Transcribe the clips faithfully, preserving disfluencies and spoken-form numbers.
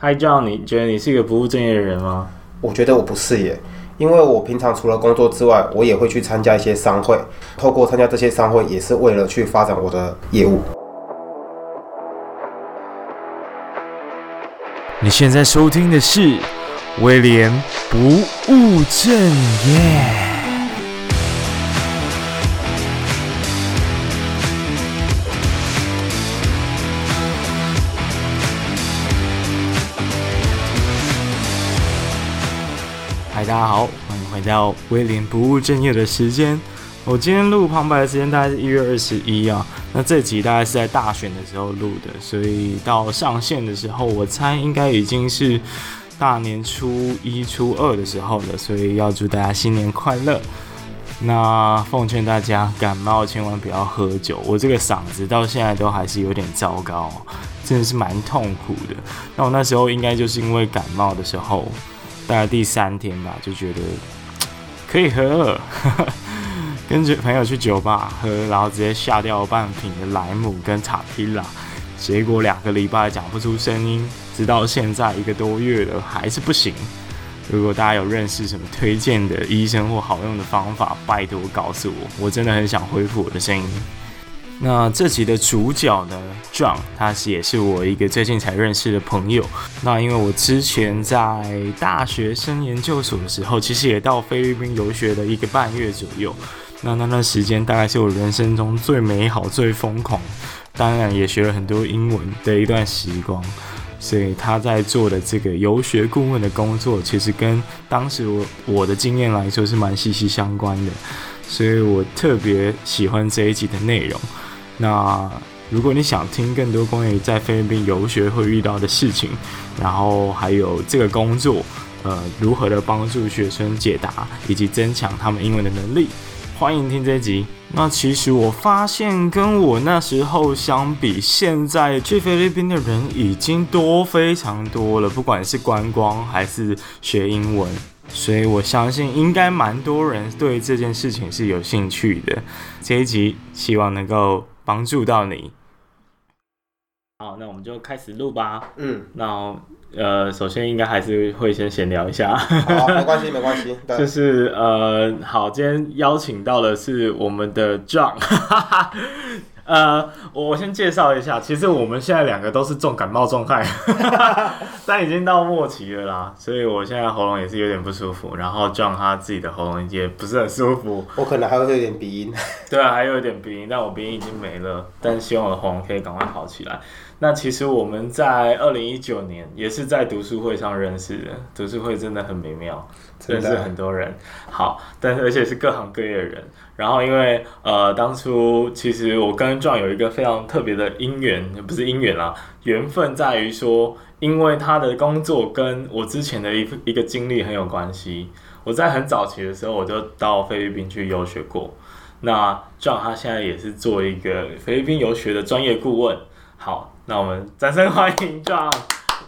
Hi John， 你觉得你是一个不务正业的人吗？ 我觉得我不是耶，因为我平常除了工作之外，我也会去参加一些商会，透过参加这些商会，也是为了去发展我的业务。 你现在收听的是威廉不务正业。嗨，大家好，欢迎回到威廉不务正业的时间。我今天录旁白的时间大概是一月二十一啊，那这集大概是在大选的时候录的，所以到上线的时候，我猜应该已经是大年初一、初二的时候了，所以要祝大家新年快乐。那奉劝大家感冒千万不要喝酒，我这个嗓子到现在都还是有点糟糕，真的是蛮痛苦的。那我那时候应该就是因为感冒的时候，大概第三天吧，就觉得可以喝了。跟朋友去酒吧喝，然后直接下掉半瓶的莱姆跟塔提拉，结果两个礼拜讲不出声音，直到现在一个多月了还是不行。如果大家有认识什么推荐的医生或好用的方法，拜托告诉我，我真的很想恢复我的声音。那这集的主角呢 ，John， 他也是我一个最近才认识的朋友。那因为我之前在大学生研究所的时候，其实也到菲律宾游学了一个半月左右。那那段时间大概是我人生中最美好、最疯狂，当然也学了很多英文的一段时光。所以他在做的这个游学顾问的工作，其实跟当时 我, 我的经验来说是蛮息息相关的。所以我特别喜欢这一集的内容。那如果你想听更多关于在菲律宾游学会遇到的事情，然后还有这个工作呃如何的帮助学生解答以及增强他们英文的能力，欢迎听这一集。那其实我发现跟我那时候相比，现在去菲律宾的人已经多非常多了，不管是观光还是学英文，所以我相信应该蛮多人对这件事情是有兴趣的。这一集希望能够帮助到你。好，那我们就开始录吧。嗯，那呃，首先应该还是会先闲聊一下。 好，没关系，没关系。 就是呃，好，今天邀请到的是我们的 John。呃，我先介绍一下，其实我们现在两个都是重感冒状态，但已经到末期了啦，所以我现在喉咙也是有点不舒服。然后 John 他自己的喉咙也不是很舒服， 我可能还会有点鼻音。 对啊，还有一点鼻音，但我鼻音已经没了，但希望我的喉咙可以赶快好起来。那其实我们在二零一九年也是在读书会上认识的，读书会真的很美妙，认识很多人。好，但是而且是各行各业的人。然后因为呃当初其实我跟 John 有一个非常特别的姻缘，不是姻缘啦，缘分在于说，因为他的工作跟我之前的一一个经历很有关系。我在很早期的时候我就到菲律宾去游学过。那 John 他现在也是做一个菲律宾游学的专业顾问。好，那我们掌声欢迎 John， 耶、yeah ！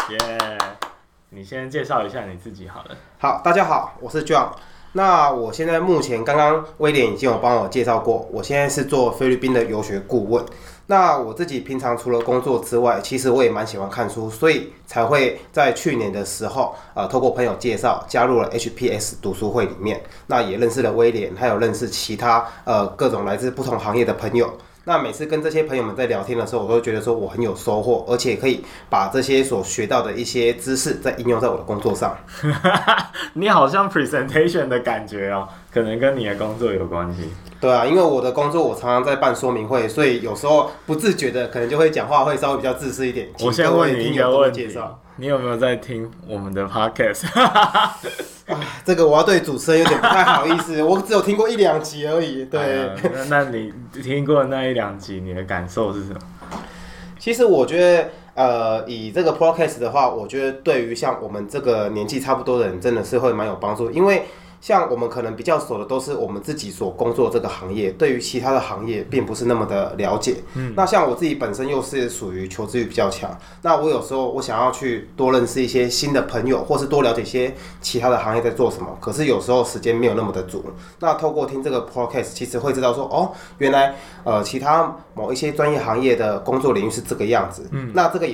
你先介绍一下你自己好了。 好，大家好，我是 John。那我现在目前刚刚威廉已经有帮我介绍过，我现在是做菲律宾的游学顾问。那我自己平常除了工作之外，其实我也蛮喜欢看书，所以才会在去年的时候，呃，透过朋友介绍加入了 H P S 读书会里面。那也认识了威廉，还有认识其他呃各种来自不同行业的朋友。那每次跟这些朋友们在聊天的时候，我都觉得说我很有收获，而且可以把这些所学到的一些知识再应用在我的工作上。 你好像 presentation 的感觉哦，可能跟你的工作有关系。 对啊，因为我的工作我常常在办说明会，所以有时候不自觉的可能就会讲话会稍微比较自私一点。 我先问你一个问题，你有没有在听我们的 podcast？ 啊，这个我要对主持人有点不太好意思，我只有听过一两集而已。对， 哎、那, 那你听过那一两集，你的感受是什么？ 其实我觉得，呃，以这个 podcast 的话，我觉得对于像我们这个年纪差不多的人，真的是会蛮有帮助，因为像我们可能比较熟的都是我们自己所工作这个行业，对于其他的行业并不是那么的了解。嗯，那像我自己本身又是属于求知欲比较强，那我有时候我想要去多认识一些新的朋友，或是多了解一些其他的行业在做什么，可是有时候时间没有那么的足。那透过听这个 podcast， 其实会知道说，哦，原来呃其他某一些专业行业的工作领域是这个样子。嗯，那这个也会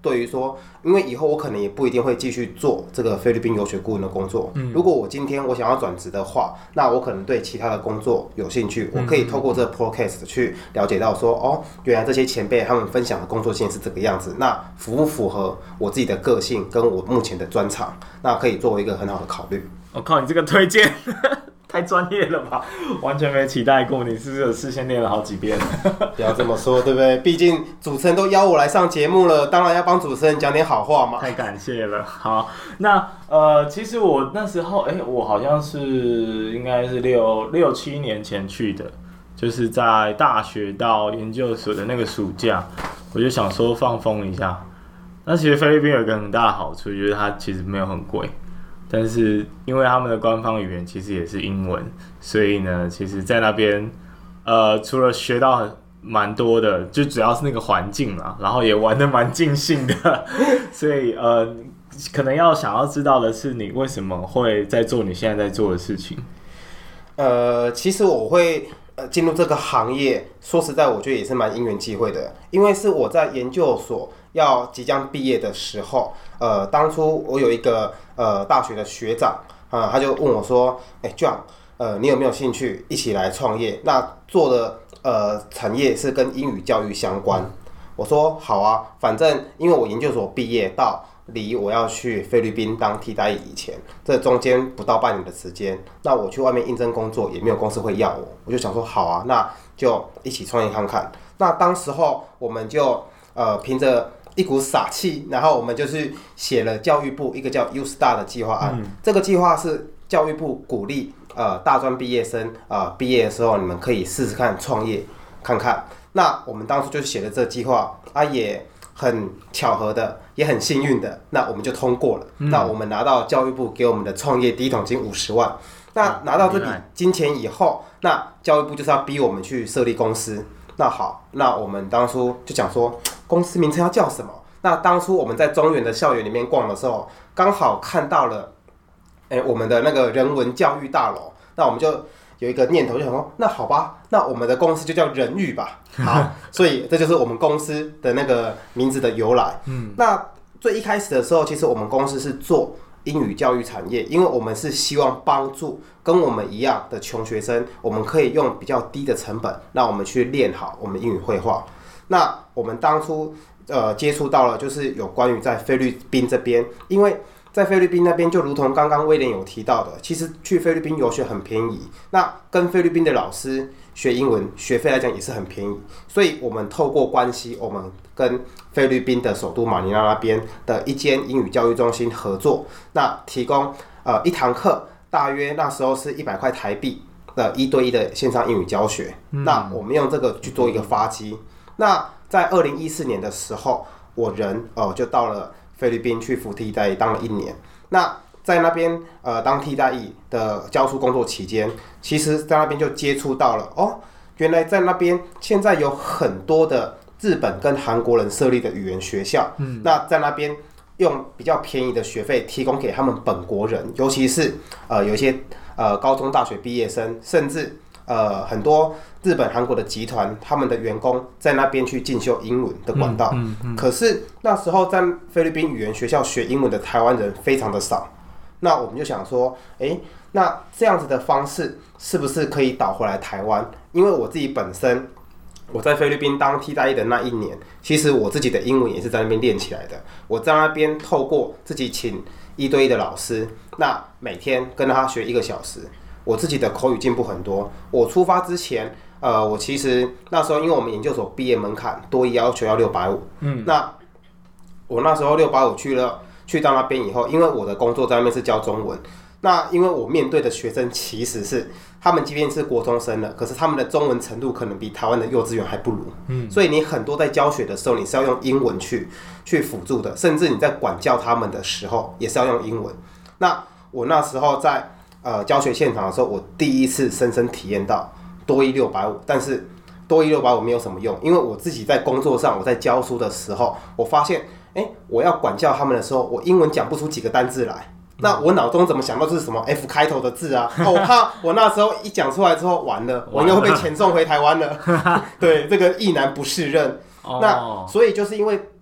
对于说，因为以后我可能也不一定会继续做这个菲律宾游学顾问的工作。嗯，如果我今天我想要转职的话，那我可能对其他的工作有兴趣，我可以透过这个 podcast 去了解到说，哦，原来这些前辈他们分享的工作性是这个样子，那符不符合我自己的个性跟我目前的专长？那可以作为一个很好的考虑。 我、哦、靠，你这个推荐太专业了吧，完全没期待过，你是不是有事先练了好几遍？ 不要这么说，对不对？毕竟主持人都邀我来上节目了，当然要帮主持人讲点好话嘛。 太感谢了。好，那呃，其实我那时候，哎、欸，我好像是应该是六六七年前去的，就是在大学到研究所的那个暑假，我就想说放风一下。那其实菲律宾有一个很大的好处，就是它其实没有很贵。但是因为他们的官方语言其实也是英文，所以呢，其实在那边，呃，除了学到蛮多的，就主要是那个环境啦，然后也玩得蛮尽兴的，所以呃，可能要想要知道的是，你为什么会在做你现在在做的事情？ 呃，其实我会呃进入这个行业，说实在，我觉得也是蛮因缘际会的，因为是我在研究所要即将毕业的时候，呃，当初我有一个呃大学的学长啊、呃，他就问我说：“哎、欸、，John， 呃，你有没有兴趣一起来创业？那做的呃产业是跟英语教育相关。”我说：“好啊，反正因为我研究所毕业到离我要去菲律宾当替代役以前，这中间不到半年的时间，那我去外面应征工作也没有公司会要我，我就想说好啊，那就一起创业看看。那当时候我们就呃凭着一股傻气，然后我们就是写了教育部一个叫 U Star 的计划案。嗯、这个计划是教育部鼓励呃大专毕业生呃毕业的时候，你们可以试试看创业看看。那我们当初就写了这个计划啊，也很巧合的，也很幸运的，那我们就通过了。嗯、那我们拿到教育部给我们的创业第一桶金五十万。那拿到这笔金钱以后，那教育部就是要逼我们去设立公司。那好，那我们当初就讲说，公司名称要叫什么？那当初我们在中原的校园里面逛的时候，刚好看到了，哎、欸，我们的那个人文教育大楼，那我们就有一个念头，就想说，那好吧，那我们的公司就叫人育吧。好，所以这就是我们公司的那个名字的由来。嗯，那最一开始的时候，其实我们公司是做英语教育产业，因为我们是希望帮助跟我们一样的穷学生，我们可以用比较低的成本，让我们去练好我们英语绘画。那我们当初呃接触到了，就是有关于在菲律宾这边，因为在菲律宾那边，就如同刚刚威廉有提到的，其实去菲律宾游学很便宜。那跟菲律宾的老师学英文学费来讲也是很便宜，所以我们透过关系，我们跟菲律宾的首都马尼拉那边的一间英语教育中心合作，那提供呃一堂课大约那时候是一百块台币的一对一的线上英语教学。嗯、那我们用这个去做一个发机。那在二零一四年的时候，我人呃就到了菲律宾去服替代役当了一年。那在那边呃当替代役的教书工作期间，其实在那边就接触到了哦，原来在那边现在有很多的日本跟韩国人设立的语言学校。嗯，那在那边用比较便宜的学费提供给他们本国人，尤其是呃有一些呃高中大学毕业生，甚至呃很多日本韩国的集团，他们的员工在那边去进修英文的管道。嗯嗯嗯、可是那时候在菲律宾语言学校学英文的台湾人非常的少。那我们就想说，哎，那这样子的方式是不是可以导回来台湾？因为我自己本身我在菲律宾当替代役的那一年，其实我自己的英文也是在那边练起来的。我在那边透过自己请一对一的老师，那每天跟他学一个小时，我自己的口语进步很多。我出发之前，呃，我其实那时候因为我们研究所毕业门槛多一要求要六百五，嗯，那我那时候六百五去了。去到那边以后，因为我的工作在那边是教中文，那因为我面对的学生其实是他们即便是国中生了，可是他们的中文程度可能比台湾的幼稚园还不如，嗯，所以你很多在教学的时候，你是要用英文去去辅助的，甚至你在管教他们的时候也是要用英文。那我那时候在呃教学现场的时候，我第一次深深体验到多一六百五，但是多一六百五没有什么用，因为我自己在工作上，我在教书的时候，我发现。哎，我要管教他们的时候，我英文讲不出几个单字来。那我脑中怎么想到这是什么 F 开头的字啊？哦，我怕我那时候一讲出来之后完了，我应该会被遣送回台湾了。对，这个意难不适任。哦、那所以就是因为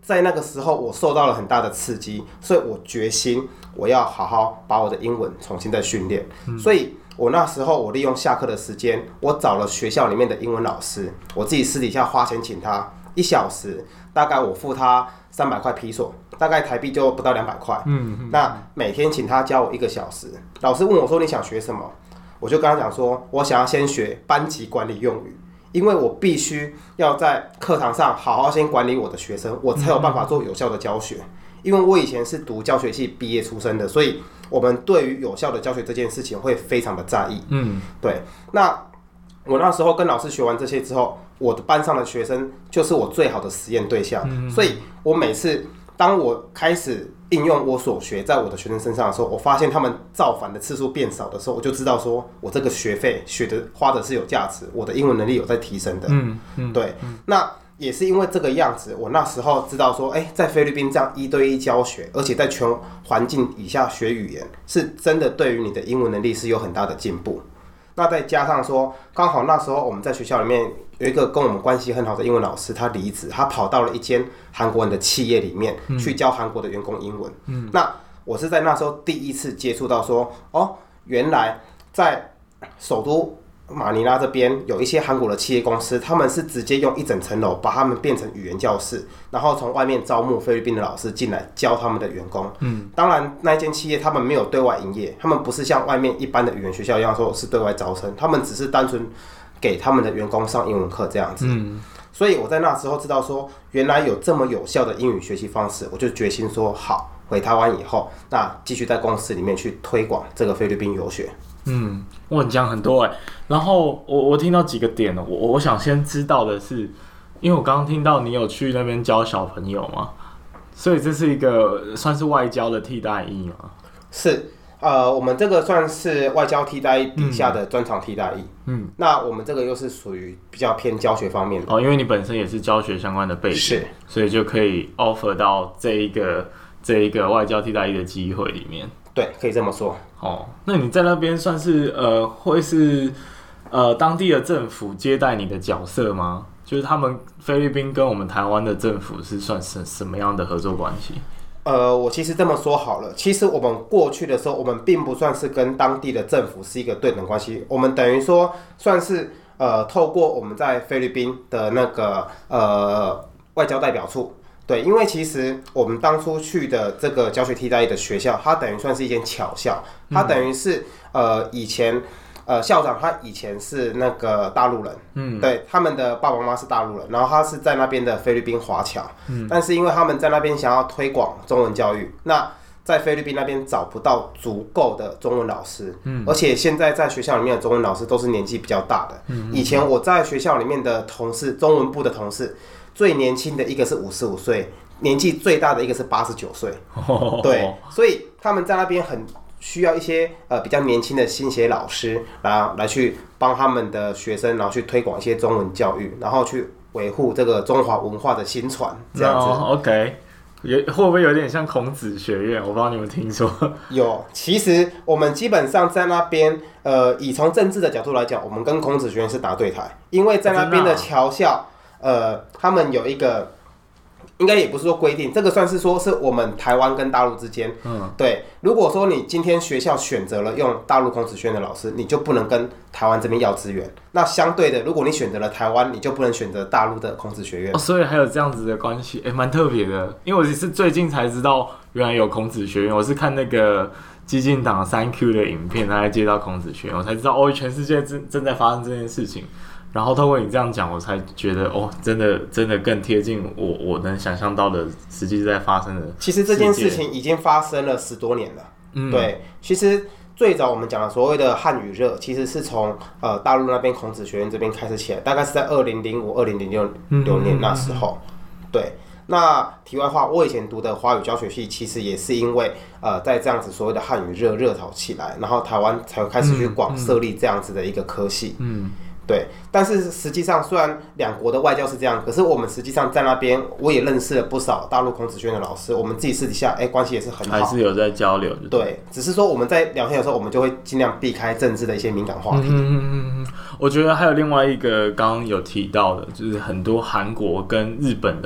在那个时候我受到了很大的刺激，所以我决心我要好好把我的英文重新再训练。嗯、所以我那时候我利用下课的时间，我找了学校里面的英文老师，我自己私底下花钱请他一小时，大概我付他三百块披索，大概台币就不到两百块。嗯嗯。那每天请他教我一个小时，老师问我说你想学什么，我就跟他讲说，我想要先学班级管理用语。因为我必须要在课堂上好好先管理我的学生，我才有办法做有效的教学。因为我以前是读教学系毕业出身的，所以我们对于有效的教学这件事情会非常的在意。嗯，对。那我那时候跟老师学完这些之后，我的班上的学生就是我最好的实验对象，嗯、所以我每次当我开始应用我所学在我的学生身上的时候，我发现他们造反的次数变少的时候，我就知道说我这个学费学的花的是有价值，我的英文能力有在提升的。嗯嗯，对。那也是因为这个样子，我那时候知道说，哎、欸，在菲律宾这样一对一教学，而且在全环境以下学语言，是真的对于你的英文能力是有很大的进步。那再加上说，刚好那时候我们在学校里面有一个跟我们关系很好的英文老师，他离职，他跑到了一间韩国人的企业里面、嗯、去教韩国的员工英文。嗯，那我是在那时候第一次接触到说，哦，原来在首都马尼拉这边有一些韩国的企业公司，他们是直接用一整层楼把他们变成语言教室，然后从外面招募菲律宾的老师进来教他们的员工。嗯，当然那一间企业他们没有对外营业，他们不是像外面一般的语言学校一样说是对外招生，他们只是单纯给他们的员工上英文课这样子。嗯，所以我在那时候知道说，原来有这么有效的英语学习方式，我就决心说好，回台湾以后，那继续在公司里面去推广这个菲律宾游学。 嗯，我很讲很多哎、欸，然后我我听到几个点哦，我我想先知道的是，因为我刚刚听到你有去那边教小朋友嘛，所以这是一个算是外交的替代役吗？ 是，呃，我们这个算是外交替代役底下的专长替代役。嗯，那我们这个又是属于比较偏教学方面的哦， 因为你本身也是教学相关的背景，是，所以就可以 offer 到这一个这一个外交替代役的机会里面。 对，可以这么说。 哦，那你在那边算是呃，会是呃当地的政府接待你的角色吗？就是他们菲律宾跟我们台湾的政府是算是什么样的合作关系？ 呃，我其实这么说好了，其实我们过去的时候，我们并不算是跟当地的政府是一个对等关系，我们等于说算是呃，透过我们在菲律宾的那个呃外交代表处。对，因为其实我们当初去的这个教学替代役的学校，它等于算是一间侨校，它等于是呃以前呃校长他以前是那个大陆人，嗯，对，他们的爸爸妈妈是大陆人，然后他是在那边的菲律宾华侨，嗯，但是因为他们在那边想要推广中文教育，那在菲律宾那边找不到足够的中文老师，嗯，而且现在在学校里面的中文老师都是年纪比较大的，嗯，以前我在学校里面的同事，中文部的同事。最年轻的一个是五十五岁，年纪最大的一个是八十九岁。对，所以他们在那边很需要一些呃比较年轻的新血老师来来去帮他们的学生，然后去推广一些中文教育，然后去维护这个中华文化的新传，这样子。 Oh, OK， 会不会有点像孔子学院？我不知道你们听说。 有，其实我们基本上在那边，呃，以从政治的角度来讲，我们跟孔子学院是打对台，因为在那边的侨校。呃，他们有一个，应该也不是说规定，这个算是说是我们台湾跟大陆之间，嗯，对。如果说你今天学校选择了用大陆孔子学院的老师，你就不能跟台湾这边要资源。那相对的，如果你选择了台湾，你就不能选择大陆的孔子学院。 哦，所以还有这样子的关系，哎，蛮特别的。因为我是最近才知道，原来有孔子学院。我是看那个激进党三 Q 的影片，他在介绍孔子学院，我才知道哦，全世界正正在发生这件事情。然后透过你这样讲，我才觉得哦，真的真的更贴近我我能想象到的实际在发生的。 其实这件事情已经发生了十多年了。嗯，对，其实最早我们讲的所谓的汉语热，其实是从呃大陆那边孔子学院这边开始起来，大概是在二零零五、二零零六年那时候。对，那题外话，我以前读的华语教学系，其实也是因为呃在这样子所谓的汉语热热潮起来，然后台湾才会开始去广设立这样子的一个科系。嗯。对，但是实际上虽然两国的外交是这样，可是我们实际上在那边，我也认识了不少大陆孔子学院的老师，我们自己私底下哎关系也是很好， 还是有在交流。 对，只是说我们在聊天的时候，我们就会尽量避开政治的一些敏感话题。嗯嗯嗯，我觉得还有另外一个刚刚有提到的，就是很多韩国跟日本人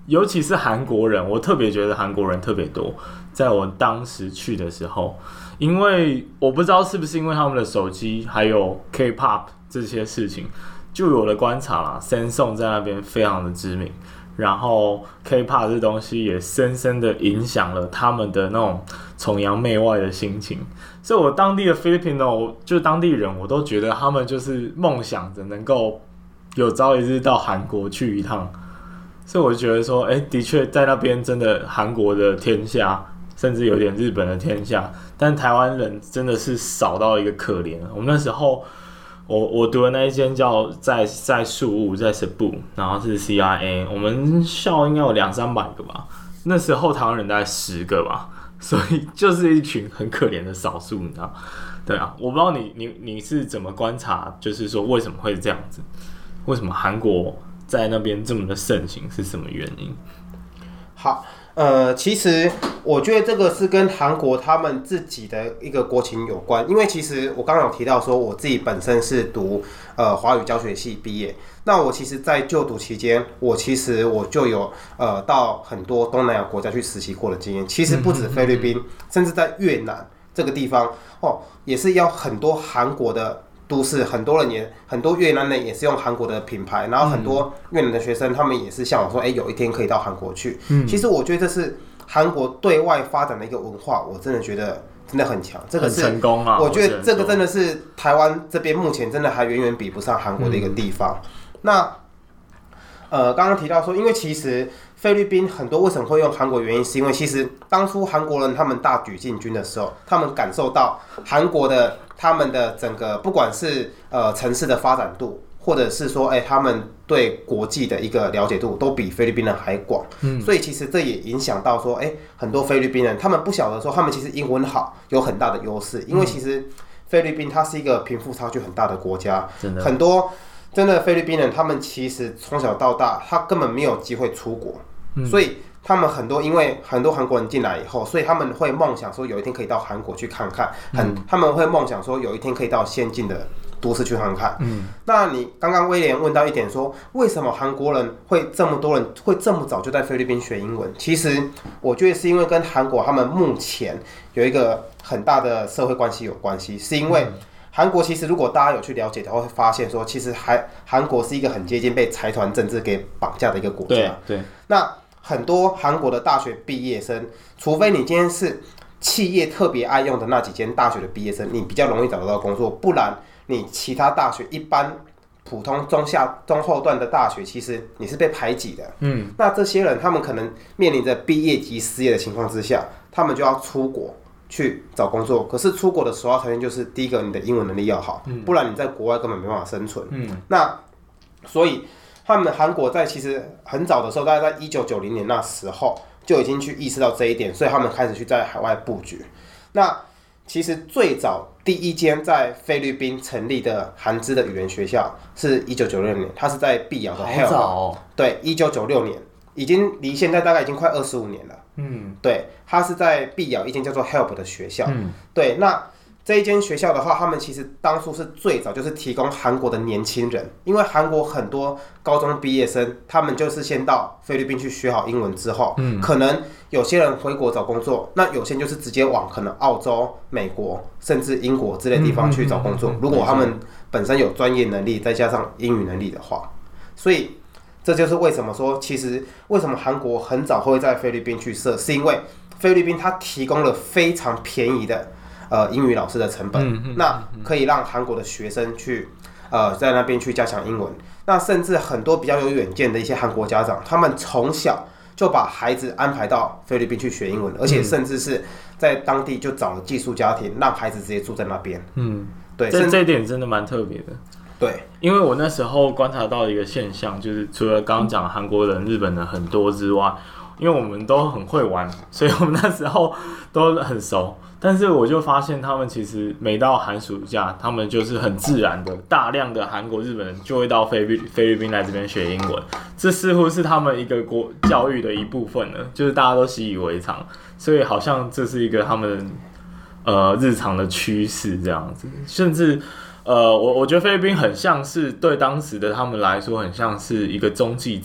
尤其是韩国人，我特别觉得韩国人特别多，在我当时去的时候，因为我不知道是不是因为他们的手机还有 K-pop 这些事情，就有了观察啦 ，Samsung 在那边非常的知名。然后 K-pop 这东西也深深的影响了他们的那种崇洋媚外的心情，所以我当地的 Filipino 就当地人，我都觉得他们就是梦想着能够有朝一日到韩国去一趟，所以我就觉得说，哎，的确在那边真的韩国的天下，甚至有点日本的天下，但台湾人真的是少到一个可怜。我们那时候。我我读的那一间叫在在宿务在 Cebu， 然后是 C R A， 我们校应该有两三百个吧，那时候台湾人大概十个吧，所以就是一群很可怜的少数，你知道？对啊，我不知道你你你是怎么观察，就是说为什么会这样子？为什么韩国在那边这么的盛行，是什么原因？ 好。呃，其实我觉得这个是跟韩国他们自己的一个国情有关，因为其实我刚刚有提到说，我自己本身是读呃华语教学系毕业，那我其实，在就读期间，我其实我就有呃到很多东南亚国家去实习过的经验，其实不止菲律宾，甚至在越南这个地方哦，也是要很多韩国的。都市很多人也很多越南人也是用韩国的品牌，然后很多越南的学生他们也是向往说，哎、欸，有一天可以到韩国去。嗯，其实我觉得这是韩国对外发展的一个文化，我真的觉得真的很强，这个是很成功啊！ 我觉得这个真的是台湾这边目前真的还远远比不上韩国的一个地方。嗯、那呃，刚刚提到说，因为其实菲律宾很多为什么会用韩国，原因是因为其实当初韩国人他们大举进军的时候，他们感受到韩国的。他们的整个不管是呃城市的发展度，或者是说哎、欸、他们对国际的一个了解度，都比菲律宾人还广。嗯，所以其实这也影响到说，哎、欸、很多菲律宾人他们不晓得说，他们其实英文好有很大的优势，因为其实菲律宾它是一个贫富差距很大的国家，真的很多真的菲律宾人他们其实从小到大他根本没有机会出国，嗯、所以。他们很多，因为很多韩国人进来以后，所以他们会梦想说有一天可以到韩国去看看，很、嗯、他们会梦想说有一天可以到先进的都市去看看。嗯，那你刚刚威廉问到一点说，为什么韩国人会这么多人会这么早就在菲律宾学英文？其实我觉得是因为跟韩国他们目前有一个很大的社会关系有关系，是因为。韩国其实，如果大家有去了解的话，会发现说，其实韩韩国是一个很接近被财团政治给绑架的一个国家。对，对那。很多韩国的大学毕业生，除非你今天是企业特别爱用的那几间大学的毕业生，你比较容易找得到工作，不然你其他大学一般普通中下中后段的大学，其实你是被排挤的。嗯，那这些人他们可能面临着毕业即失业的情况之下，他们就要出国去找工作。可是出国的首要条件就是第一个，你的英文能力要好，嗯、不然你在国外根本没办法生存。嗯，那所以。他们韩国在其实很早的时候，大概在一九九零年那时候就已经去意识到这一点，所以他们开始去在海外布局。那其实最早第一间在菲律宾成立的韩资的语言学校是一九九六年，它是在碧瑶的 Help， 哦、 对，一九九六年，已经离现在大概已经快二十五年了。嗯，对，它是在碧瑶一间叫做 Help 的学校。嗯，对，那。这一间学校的话，他们其实当初是最早就是提供韩国的年轻人，因为韩国很多高中毕业生，他们就是先到菲律宾去学好英文之后，嗯，可能有些人回国找工作，那有些人就是直接往可能澳洲、美国甚至英国之类地方去找工作。如果他们本身有专业能力，再加上英语能力的话，所以这就是为什么说，其实为什么韩国很早会在菲律宾去设，是因为菲律宾它提供了非常便宜的。呃，英语老师的成本，嗯嗯、那可以让韩国的学生去，呃，在那边去加强英文。那甚至很多比较有远见的一些韩国家长，他们从小就把孩子安排到菲律宾去学英文，而且甚至是在当地就找了寄宿家庭，让孩子直接住在那边。嗯，对， 这这一点真的蛮特别的。 对， 因为我那时候观察到一个现象，就是除了刚刚讲韩国人、日本人很多之外，因为我们都很会玩，所以我们那时候都很熟。但是我就发现，他们其实每到寒暑假，他们就是很自然的，大量的韩国、日本人就会到菲律菲律宾来这边学英文。这似乎是他们一个国教育的一部分了，就是大家都习以为常，所以好像这是一个他们呃日常的趋势这样子。甚至呃，我我觉得菲律宾很像是对当时的他们来说，很像是一个中继站。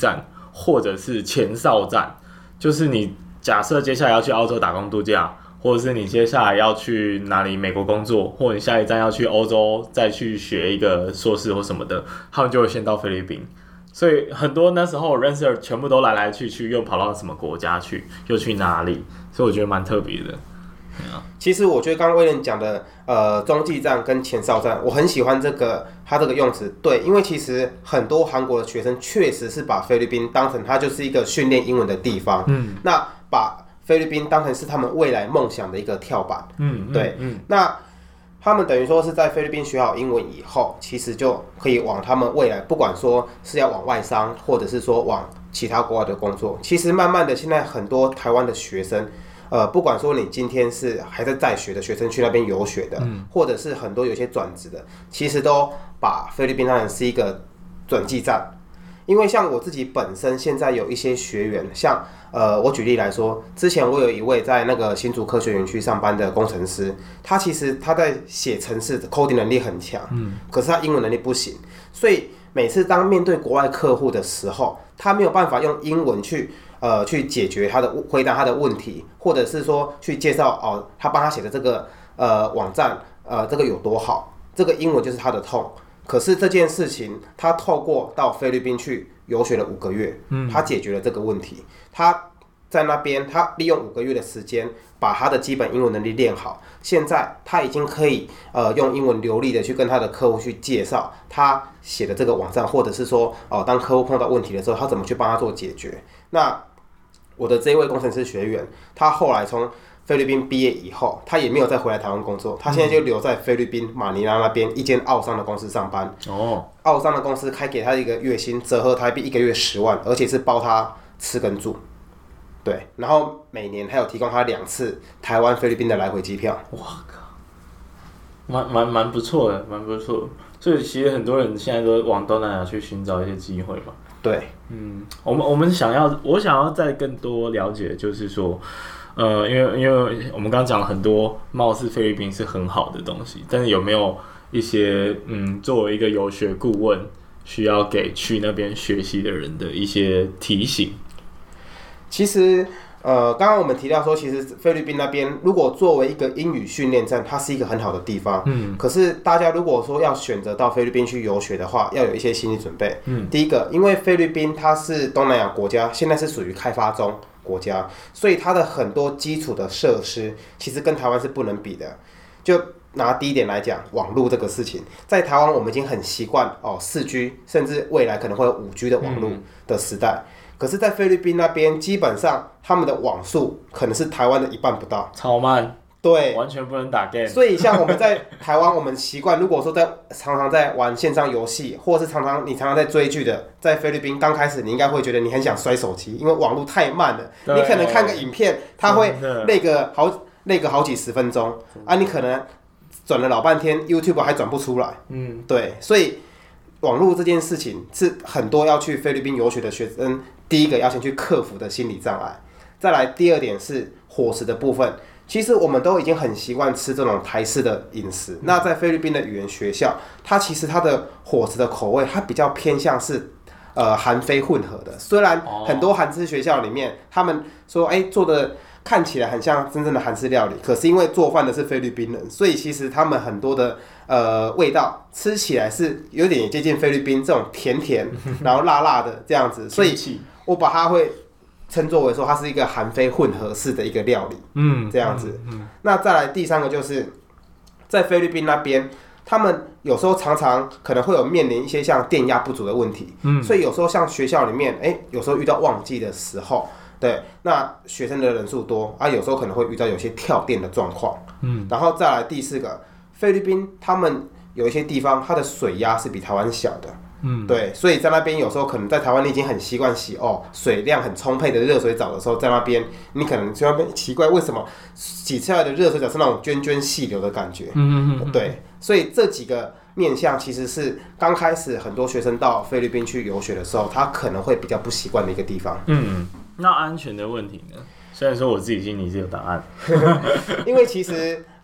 或者是前哨站，就是你假设接下来要去澳洲打工度假，或者是你接下来要去哪里美国工作，或者你下一站要去欧洲再去学一个硕士或什么的，他们就会先到菲律宾。所以很多那时候我认识的全部都来来去去，又跑到什么国家去，又去哪里，所以我觉得蛮特别的。 其实我觉得刚刚威廉讲的，呃，中继站跟前哨站，我很喜欢这个他这个用词。对，因为其实很多韩国的学生确实是把菲律宾当成它就是一个训练英文的地方，嗯，那把菲律宾当成是他们未来梦想的一个跳板，嗯，对，嗯，那他们等于说是在菲律宾学好英文以后，其实就可以往他们未来，不管说是要往外商，或者是说往其他国外的工作，其实慢慢的，现在很多台湾的学生，呃，不管说你今天是还在在学的学生去那边游学的，嗯、或者是很多有些转职的，其实都把菲律宾当成是一个转机站。因为像我自己本身现在有一些学员，像呃，我举例来说，之前我有一位在那个新竹科学园区上班的工程师，他其实他在写程式 coding 能力很强，嗯，可是他英文能力不行，所以每次当面对国外客户的时候，他没有办法用英文去呃去解决他的回答他的问题，或者是说去介绍哦，他帮他写的这个呃网站呃这个有多好，这个英文就是他的痛。可是这件事情，他透过到菲律宾去游学了五个月，嗯，他解决了这个问题。他在那边，他利用五个月的时间，把他的基本英文能力练好。现在他已经可以呃用英文流利的去跟他的客户去介绍他写的这个网站，或者是说哦、呃，当客户碰到问题的时候，他怎么去帮他做解决。那我的这一位工程师学员，他后来从菲律宾毕业以后，他也没有再回来台湾工作，他现在就留在菲律宾马尼拉那边一间澳商的公司上班。哦，澳商的公司开给他一个月薪折合台币一个月十万，而且是包他吃跟住。对，然后每年还有提供他两次台湾菲律宾的来回机票。 哇靠，蛮蛮蛮不错的，蛮不错的。所以其实很多人现在都往东南亚去寻找一些机会嘛。 对， 嗯，我们我们想要，我想要再更多了解，就是说。呃，因为因为我们刚刚讲了很多，貌似菲律宾是很好的东西，但是有没有一些嗯，作为一个游学顾问，需要给去那边学习的人的一些提醒？ 其实，呃，刚刚我们提到说，其实菲律宾那边如果作为一个英语训练站，它是一个很好的地方。嗯。可是大家如果说要选择到菲律宾去游学的话，要有一些心理准备。嗯。第一个，因为菲律宾它是东南亚国家，现在是属于开发中。国家，所以它的很多基础的设施其实跟台湾是不能比的。就拿第一点来讲，网络这个事情，在台湾我们已经很习惯哦，四 G 甚至未来可能会有五 G 的网络的时代。嗯、可是，在菲律宾那边，基本上他们的网速可能是台湾的一半不到， 超慢。 对， 完全不能打 game。 所以像我们在台湾，我们习惯，如果说在常常在玩线上游戏，或是常常你常常在追剧的，在菲律宾刚开始，你应该会觉得你很想摔手机，因为网络太慢了。你可能看个影片，它会那个好那个好几十分钟啊，你可能转了老半天 ，YouTube 还转不出来。嗯，对，所以网络这件事情是很多要去菲律宾游学的学生，第一个要先去克服的心理障碍。再来，第二点是伙食的部分。其实我们都已经很习惯吃这种台式的饮食。那在菲律宾的语言学校，它其实它的伙食的口味，它比较偏向是呃韩非混合的。虽然很多韩式学校里面，他们说哎做的看起来很像真正的韩式料理，可是因为做饭的是菲律宾人，所以其实他们很多的呃味道吃起来是有点接近菲律宾这种甜甜，然后辣辣的这样子。所以我把它会。称作为说它是一个韩非混合式的一个料理，嗯，这样子。嗯嗯、那再来第三个就是在菲律宾那边，他们有时候常常可能会有面临一些像电压不足的问题，嗯，所以有时候像学校里面，哎、欸，有时候遇到旺季的时候，对，那学生的人数多啊，有时候可能会遇到有些跳电的状况，嗯，然后再来第四个，菲律宾他们有一些地方它的水压是比台湾小的。嗯，对，所以在那边有时候可能在台湾你已经很习惯洗哦水量很充沛的热水澡的时候，在那边你可能就那边奇怪为什么洗出来的热水澡是那种涓涓细流的感觉。嗯嗯嗯，对，所以这几个面向其实是刚开始很多学生到菲律宾去游学的时候，他可能会比较不习惯的一个地方。 嗯，那安全的问题呢？虽然说我自己心里是有答案， 因为其实。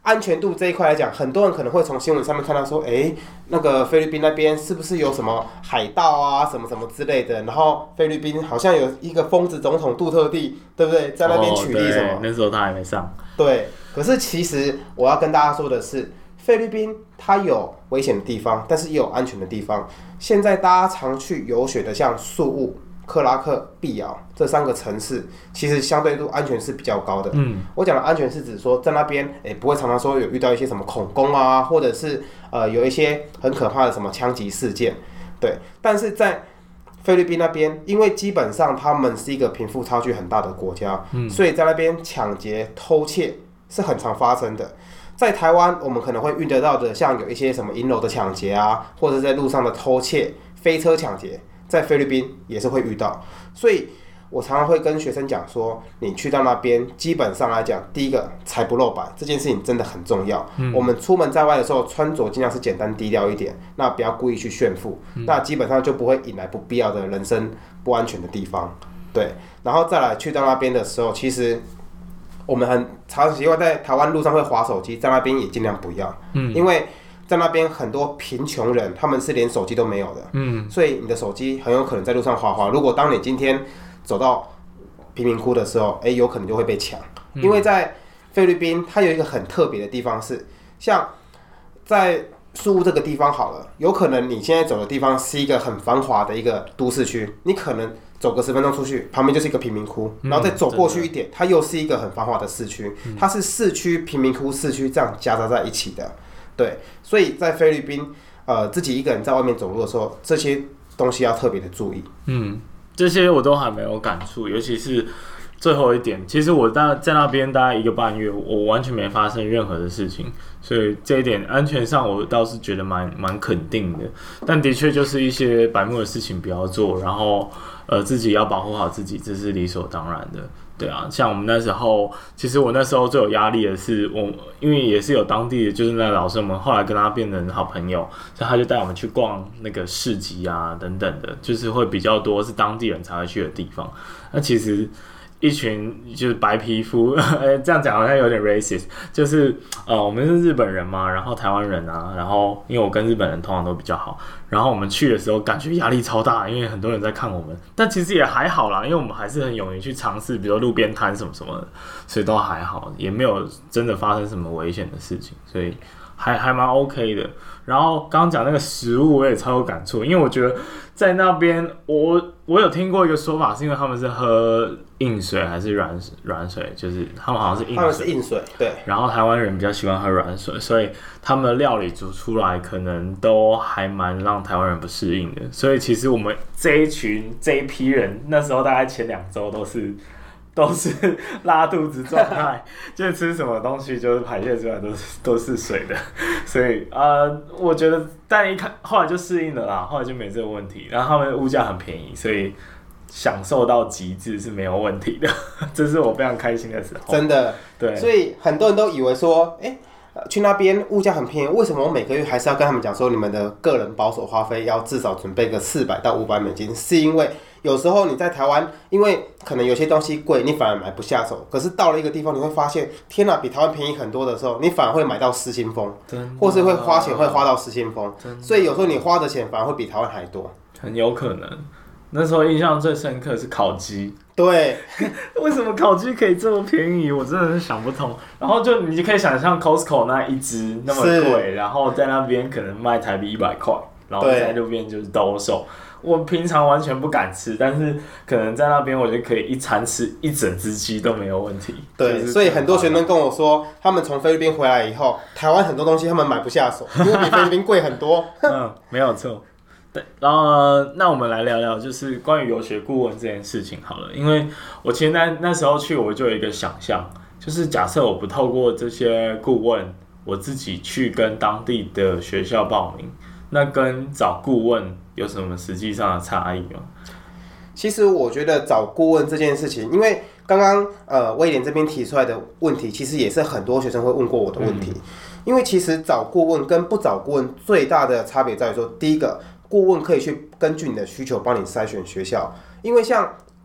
安全度这一块来讲，很多人可能会从新闻上面看到说，哎，那个菲律宾那边是不是有什么海盗啊，什么什么之类的？然后菲律宾好像有一个疯子总统杜特地，对不对？在那边取缔什么？ 哦、那时候他还没上。 对，可是其实我要跟大家说的是，菲律宾它有危险的地方，但是也有安全的地方。现在大家常去游学的，像宿务、克拉克、碧瑶这三个城市，其实相对度安全是比较高的。嗯，我讲的安全是指说，在那边诶不会常常说有遇到一些什么恐攻啊，或者是呃有一些很可怕的什么枪击事件，对。但是在菲律宾那边，因为基本上他们是一个贫富差距很大的国家，嗯，所以在那边抢劫、偷窃是很常发生的。在台湾，我们可能会遇得到的，像有一些什么银楼的抢劫啊，或者在路上的偷窃、飞车抢劫。在菲律宾也是会遇到，所以我常常会跟学生讲说，你去到那边，基本上来讲，第一个财不露白，这件事情真的很重要。嗯、我们出门在外的时候，穿着尽量是简单低调一点，那不要故意去炫富，嗯、那基本上就不会引来不必要的人身不安全的地方。对，然后再来去到那边的时候，其实我们很常习惯在台湾路上会滑手机，在那边也尽量不要，嗯、因为在那边很多贫穷人，他们是连手机都没有的，嗯，所以你的手机很有可能在路上滑滑。如果当你今天走到贫民窟的时候，哎，有可能就会被抢。嗯、因为在菲律宾，它有一个很特别的地方是，像在宿务这个地方好了，有可能你现在走的地方是一个很繁华的一个都市区，你可能走个十分钟出去，旁边就是一个贫民窟，然后再走过去一点，它又是一个很繁华的市区，嗯、它是市区、贫民窟、市区这样夹杂在一起的。对，所以在菲律宾，呃，自己一个人在外面走路的时候，这些东西要特别的注意。 嗯，这些我都还没有感触，尤其是最后一点。其实我在那边大概一个半月，我完全没发生任何的事情，所以这一点安全上我倒是觉得蛮蛮肯定的。但的确就是一些白目的事情不要做，然后呃自己要保护好自己，这是理所当然的。对啊，像我们那时候，其实我那时候最有压力的是，我因为也是有当地的，就是那老师，我们后来跟他变成好朋友，所以他就带我们去逛那个市集啊等等的，就是会比较多是当地人才会去的地方。那其实一群就是白皮肤，这样讲好像有点 racist， 就是呃我们是日本人嘛，然后台湾人啊，然后因为我跟日本人通常都比较好，然后我们去的时候感觉压力超大，因为很多人在看我们，但其实也还好啦，因为我们还是很勇于去尝试，比如说路边摊什么什么的，所以都还好，也没有真的发生什么危险的事情，所以还还蛮 OK 的。然后刚刚讲那个食物，我也超有感触，因为我觉得在那边，我我有听过一个说法，是因为他们是喝硬水还是软软水，就是他们好像是硬水， 他们是硬水，对。 然后台湾人比较喜欢喝软水，所以他们的料理煮出来可能都还蛮让台湾人不适应的。所以其实我们这一群这一批人，那时候大概前两周都是。都是拉肚子状态，就是吃什么东西就是排泄出来都是都是水的，所以呃，我觉得但一看后来就适应了啦，后来就没这个问题。然后他们物价很便宜，所以享受到极致是没有问题的，这是我非常开心的时候。 真的， 对， 所以很多人都以为说，哎、欸，去那边物价很便宜，为什么我每个月还是要跟他们讲说，你们的个人保守花费要至少准备个四百到五百美金？是因为有时候你在台湾，因为可能有些东西贵，你反而买不下手。可是到了一个地方，你会发现，天哪，比台湾便宜很多的时候，你反而会买到失心疯，或是会花钱会花到失心疯。所以有时候你花的钱反而会比台湾还多， 很有可能。那时候印象最深刻是烤鸡， 对， 为什么烤鸡可以这么便宜？我真的是想不通。然后就你就可以想象 Costco 那一只那么贵，然后在那边可能卖台币一百块，然后在路边就是兜售。我平常完全不敢吃，但是可能在那边我就可以一餐吃一整只鸡都没有问题。 对，所以很多学生跟我说，他们从菲律宾回来以后，台湾很多东西他们买不下手，因为比菲律宾贵很多。 嗯，没有错。对，然后、呃、那我们来聊聊就是关于游学顾问这件事情好了，因为我其实那那时候去我就有一个想象，就是假设我不透过这些顾问，我自己去跟当地的学校报名，那跟找顾问有什么实际上的差异吗？ 其实我觉得找顾问这件事情，因为刚刚呃威廉这边提出来的问题，其实也是很多学生会问过我的问题。嗯、因为其实找顾问跟不找顾问最大的差别在于说，第一个，顾问可以去根据你的需求帮你筛选学校，因为像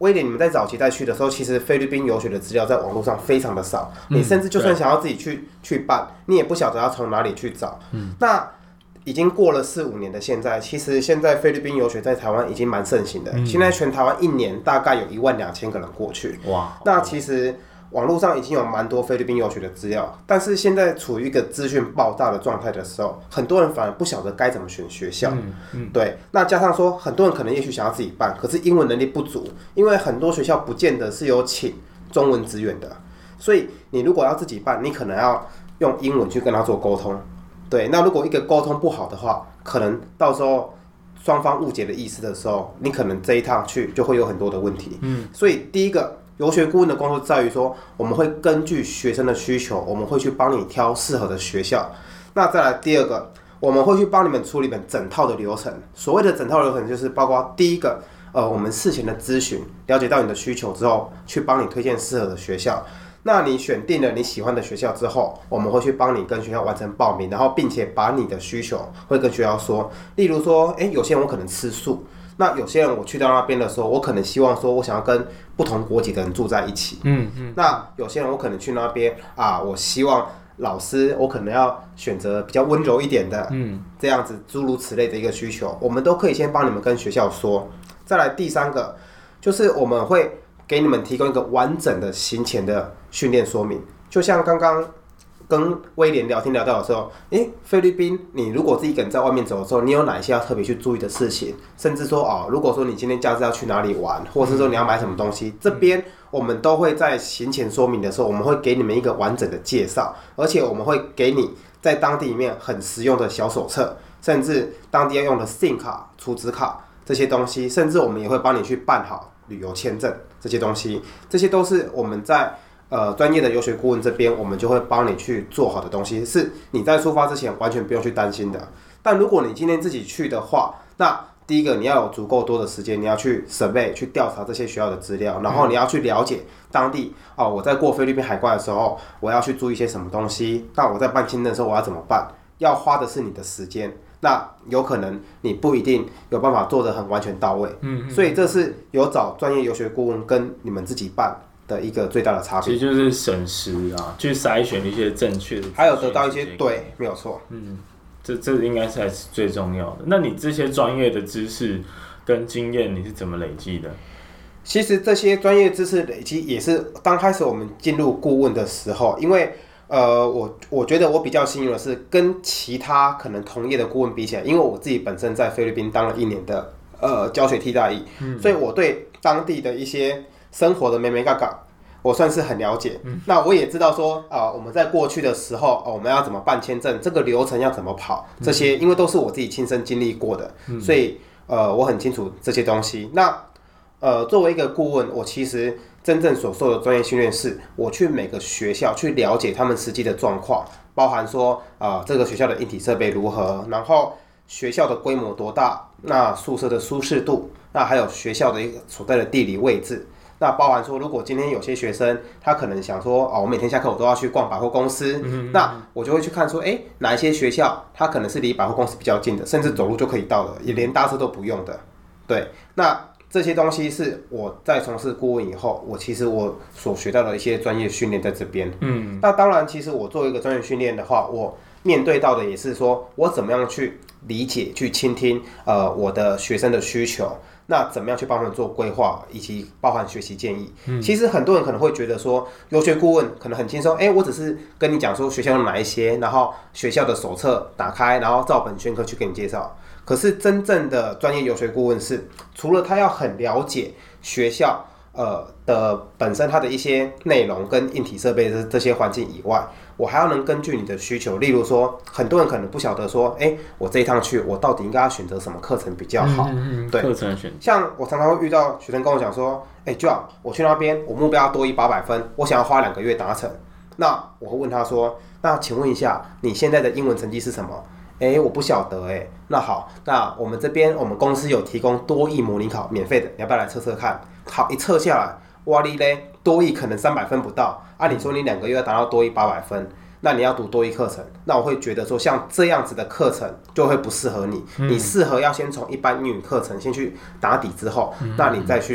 威廉，你们在早期在去的时候，其实菲律宾游学的资料在网络上非常的少，嗯、你甚至就算想要自己去去办，你也不晓得要从哪里去找。嗯，那已经过了四五年的现在，其实现在菲律宾游学在台湾已经蛮盛行的。嗯、现在全台湾一年大概有一万两千个人过去。哇，那其实网络上已经有蛮多菲律宾游学的资料，但是现在处于一个资讯爆炸的状态的时候，很多人反而不晓得该怎么选学校。嗯嗯、对，那加上说，很多人可能也许想要自己办，可是英文能力不足，因为很多学校不见得是有请中文职员的，所以你如果要自己办，你可能要用英文去跟他做沟通。对，那如果一个沟通不好的话，可能到时候双方误解的意思的时候，你可能这一趟去就会有很多的问题。嗯，所以第一个游学顾问的工作在于说，我们会根据学生的需求，我们会去帮你挑适合的学校。那再来第二个，我们会去帮你们处理本整套的流程。所谓的整套流程，就是包括第一个，呃，我们事前的咨询，了解到你的需求之后，去帮你推荐适合的学校。那你选定了你喜欢的学校之后，我们会去帮你跟学校完成报名，然后并且把你的需求会跟学校说。例如说，哎，有些人我可能吃素，那有些人我去到那边的时候，我可能希望说我想要跟不同国籍的人住在一起。嗯嗯。那有些人我可能去那边啊，我希望老师我可能要选择比较温柔一点的，嗯，这样子诸如此类的一个需求，我们都可以先帮你们跟学校说。再来第三个，就是我们会给你们提供一个完整的行前的训练说明，就像刚刚跟威廉聊天聊到的时候，诶，菲律宾，你如果自己一个人在外面走的时候，你有哪一些要特别去注意的事情？甚至说哦，如果说你今天假日要去哪里玩，或者是说你要买什么东西，这边我们都会在行前说明的时候，我们会给你们一个完整的介绍，而且我们会给你在当地里面很实用的小手册，甚至当地要用的 SIM 卡、储值卡这些东西，甚至我们也会帮你去办好旅游签证这些东西，这些都是我们在呃专业的游学顾问这边，我们就会帮你去做好的东西，是你在出发之前完全不用去担心的。但如果你今天自己去的话，那第一个你要有足够多的时间，你要去 survey 去调查这些学校的资料，然后你要去了解当地哦，我在过菲律宾海关的时候，我要去注意一些什么东西，那我在办签证的时候我要怎么办？要花的是你的时间。那有可能你不一定有办法做得很完全到位，嗯，所以这是有找专业游学顾问跟你们自己办的一个最大的差别。 其实就是省时啊，去筛选一些正确的， 还有得到一些对，没有错， 嗯，这这应该才是最重要的。那你这些专业的知识跟经验，你是怎么累积的？ 其实这些专业知识累积也是刚开始我们进入顾问的时候，因为。呃，我我觉得我比较幸运的是，跟其他可能同业的顾问比起来，因为我自己本身在菲律宾当了一年的呃教学替代役，嗯、所以我对当地的一些生活的眉眉角角，我算是很了解。嗯、那我也知道说啊、呃，我们在过去的时候、呃，我们要怎么办签证，这个流程要怎么跑，这些因为都是我自己亲身经历过的，嗯、所以呃我很清楚这些东西。那呃作为一个顾问，我其实。真正所受的专业训练是，我去每个学校去了解他们实际的状况，包含说，呃，这个学校的硬体设备如何，然后学校的规模多大，那宿舍的舒适度，那还有学校的一个所在的地理位置，那包含说，如果今天有些学生他可能想说，哦，我每天下课我都要去逛百货公司，嗯、那我就会去看说，哎，哪一些学校它可能是离百货公司比较近的，甚至走路就可以到的，也连搭车都不用的，对，那。这些东西是我在从事顾问以后，我其实我所学到的一些专业训练在这边。嗯，那当然，其实我做一个专业训练的话，我面对到的也是说我怎么样去理解、去倾听呃我的学生的需求，那怎么样去帮他们做规划，以及包含学习建议。嗯，其实很多人可能会觉得说，游学顾问可能很轻松，哎，我只是跟你讲说学校有哪一些，然后学校的手册打开，然后照本宣科去给你介绍。可是真正的专业游学顾问是，除了他要很了解学校呃的本身它的一些内容跟硬体设备的这些环境以外，我还要能根据你的需求，例如说，很多人可能不晓得说，哎，我这一趟去，我到底应该要选择什么课程比较好？ 嗯嗯对，课程选。 像我常常会遇到学生跟我讲说，哎 ，John， 我去那边，我目标要多益八百分，我想要花两个月达成。那我会问他说，那请问一下，你现在的英文成绩是什么？哎，我不晓得哎。那好，那我们这边我们公司有提供多益模拟考，免费的，你要不要来测测看？好，一测下来，哇哩嘞，多益可能三百分不到。按、啊、你说你两个月要达到多益八百分，那你要读多益课程，那我会觉得说像这样子的课程就会不适合你。嗯、你适合要先从一般英语课程先去打底之后，嗯、那你再去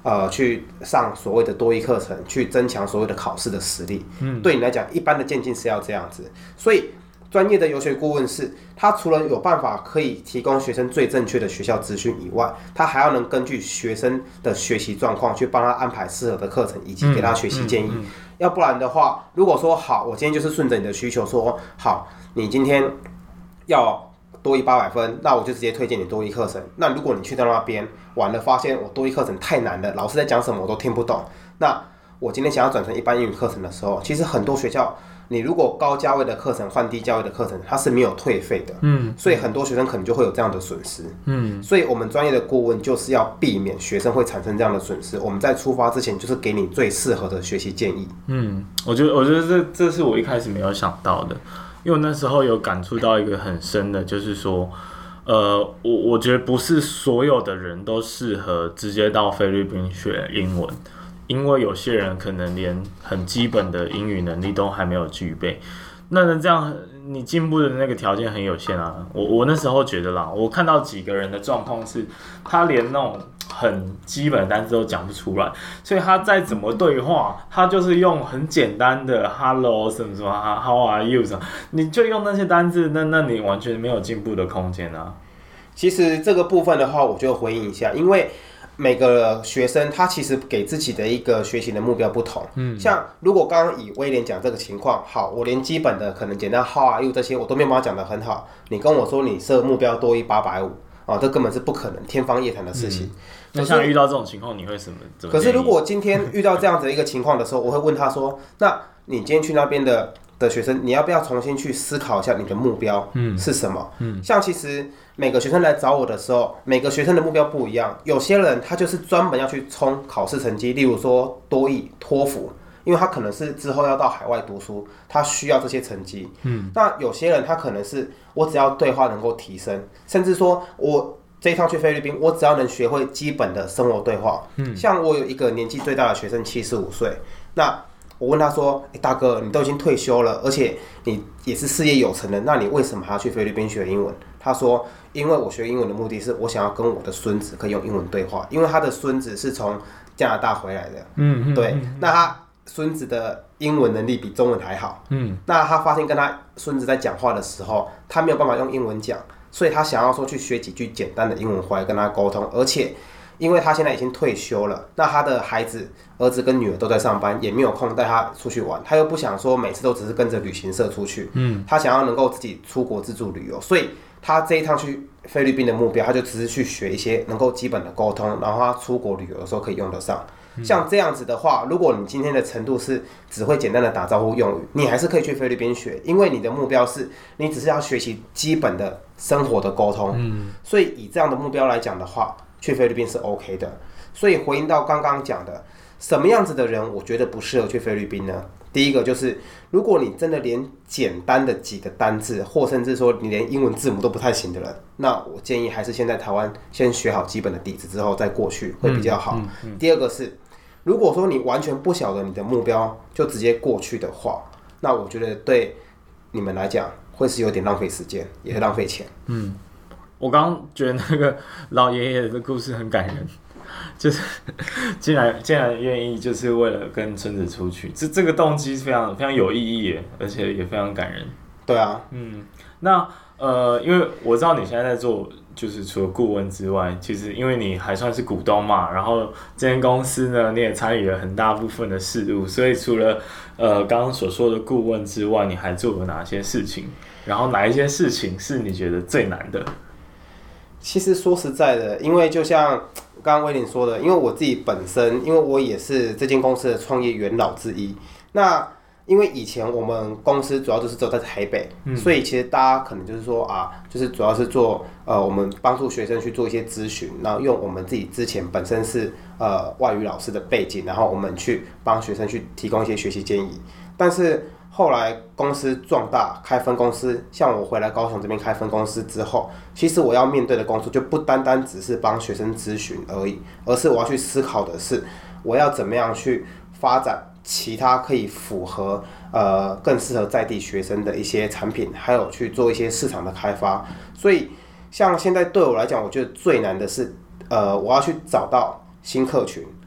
呃去上所谓的多益课程，去增强所谓的考试的实力。 嗯， 对你来讲，一般的渐进是要这样子，所以。专业的游学顾问是，他除了有办法可以提供学生最正确的学校资讯以外，他还要能根据学生的学习状况去帮他安排适合的课程，以及给他学习建议。嗯嗯嗯、要不然的话，如果说好，我今天就是顺着你的需求说好，你今天要多益八百分，那我就直接推荐你多益课程。那如果你去到那边完了，发现我多益课程太难了，老师在讲什么我都听不懂，那我今天想要转成一般英语课程的时候，其实很多学校。你如果高价位的课程换低价位的课程，它是没有退费的，嗯，所以很多学生可能就会有这样的损失，嗯，所以我们专业的顾问就是要避免学生会产生这样的损失。我们在出发之前就是给你最适合的学习建议。 嗯，我觉得我觉得这这是我一开始没有想到的，因为我那时候有感触到一个很深的，就是说，呃，我我觉得不是所有的人都适合直接到菲律宾学英文。因为有些人可能连很基本的英语能力都还没有具备，那这样你进步的那个条件很有限啊。我我那时候觉得啦，我看到几个人的状况是，他连那种很基本的单词都讲不出来，所以他再怎么对话，他就是用很简单的 hello 什么什么 how are you 什么，你就用那些单字，那那你完全没有进步的空间啊。 其实这个部分的话，我就回应一下，因为。每个学生他其实给自己的一个学习的目标不同，嗯，像如果刚刚以威廉讲这个情况，好，我连基本的可能简单 how are you 这些我都没有办法讲得很好，你跟我说你设目标多益八百五啊，这根本是不可能，天方夜谭的事情。嗯、 那像遇到这种情况，你会什么？怎么可是如果今天遇到这样子的一个情况的时候，我会问他说：“那你今天去那边的的学生，你要不要重新去思考一下你的目标是什么？”嗯，像其实。每个学生来找我的时候，每个学生的目标不一样。有些人他就是专门要去冲考试成绩，例如说多益、托福，因为他可能是之后要到海外读书，他需要这些成绩。嗯，那有些人他可能是我只要对话能够提升，甚至说我这一趟去菲律宾，我只要能学会基本的生活对话。嗯，像我有一个年纪最大的学生，七十五岁，那我问他说：“欸，大哥，你都已经退休了，而且你也是事业有成的，那你为什么还要去菲律宾学英文？”他说：“因为我学英文的目的是我想要跟我的孙子可以用英文对话，因为他的孙子是从加拿大回来的，嗯，对，嗯、那他孙子的英文能力比中文还好，嗯，那他发现跟他孙子在讲话的时候，他没有办法用英文讲，所以他想要说去学几句简单的英文回来跟他沟通，而且。”因为他现在已经退休了，那他的孩子儿子跟女儿都在上班，也没有空带他出去玩，他又不想说每次都只是跟着旅行社出去，嗯，他想要能够自己出国自助旅游，所以他这一趟去菲律宾的目标，他就只是去学一些能够基本的沟通，然后他出国旅游的时候可以用得上。像这样子的话，如果你今天的程度是只会简单的打招呼用语，你还是可以去菲律宾学，因为你的目标是你只是要学习基本的生活的沟通，嗯，所以以这样的目标来讲的话。去菲律宾是 OK 的，所以回应到刚刚讲的，什么样子的人我觉得不适合去菲律宾呢？第一个就是，如果你真的连简单的几个单字，或甚至说你连英文字母都不太行的人，那我建议还是先在台湾先学好基本的底子之后再过去会比较好。嗯嗯嗯、第二个是，如果说你完全不晓得你的目标就直接过去的话，那我觉得对你们来讲会是有点浪费时间，也会浪费钱。 嗯。我刚刚觉得那个老爷爷的故事很感人，就是竟然竟然愿意就是为了跟孙子出去，这这个动机非常非常有意义耶，而且也非常感人。 对啊， 嗯，那呃，因为我知道你现在在做，就是除了顾问之外，其实因为你还算是股东嘛，然后这间公司呢，你也参与了很大部分的事务，所以除了呃刚刚所说的顾问之外，你还做了哪些事情？然后哪一些事情是你觉得最难的？ 其实说实在的，因为就像刚刚威廉说的，因为我自己本身，因为我也是这间公司的创业元老之一。那因为以前我们公司主要就是只有在台北，嗯、所以其实大家可能就是说啊，就是主要是做呃，我们帮助学生去做一些咨询，然后用我们自己之前本身是呃外语老师的背景，然后我们去帮学生去提供一些学习建议。但是后来公司壮大，开分公司，像我回来高雄这边开分公司之后，其实我要面对的工作就不单单只是帮学生咨询而已，而是我要去思考的是，我要怎么样去发展其他可以符合呃更适合在地学生的一些产品，还有去做一些市场的开发。所以像现在对我来讲，我觉得最难的是，呃，我要去找到新客群。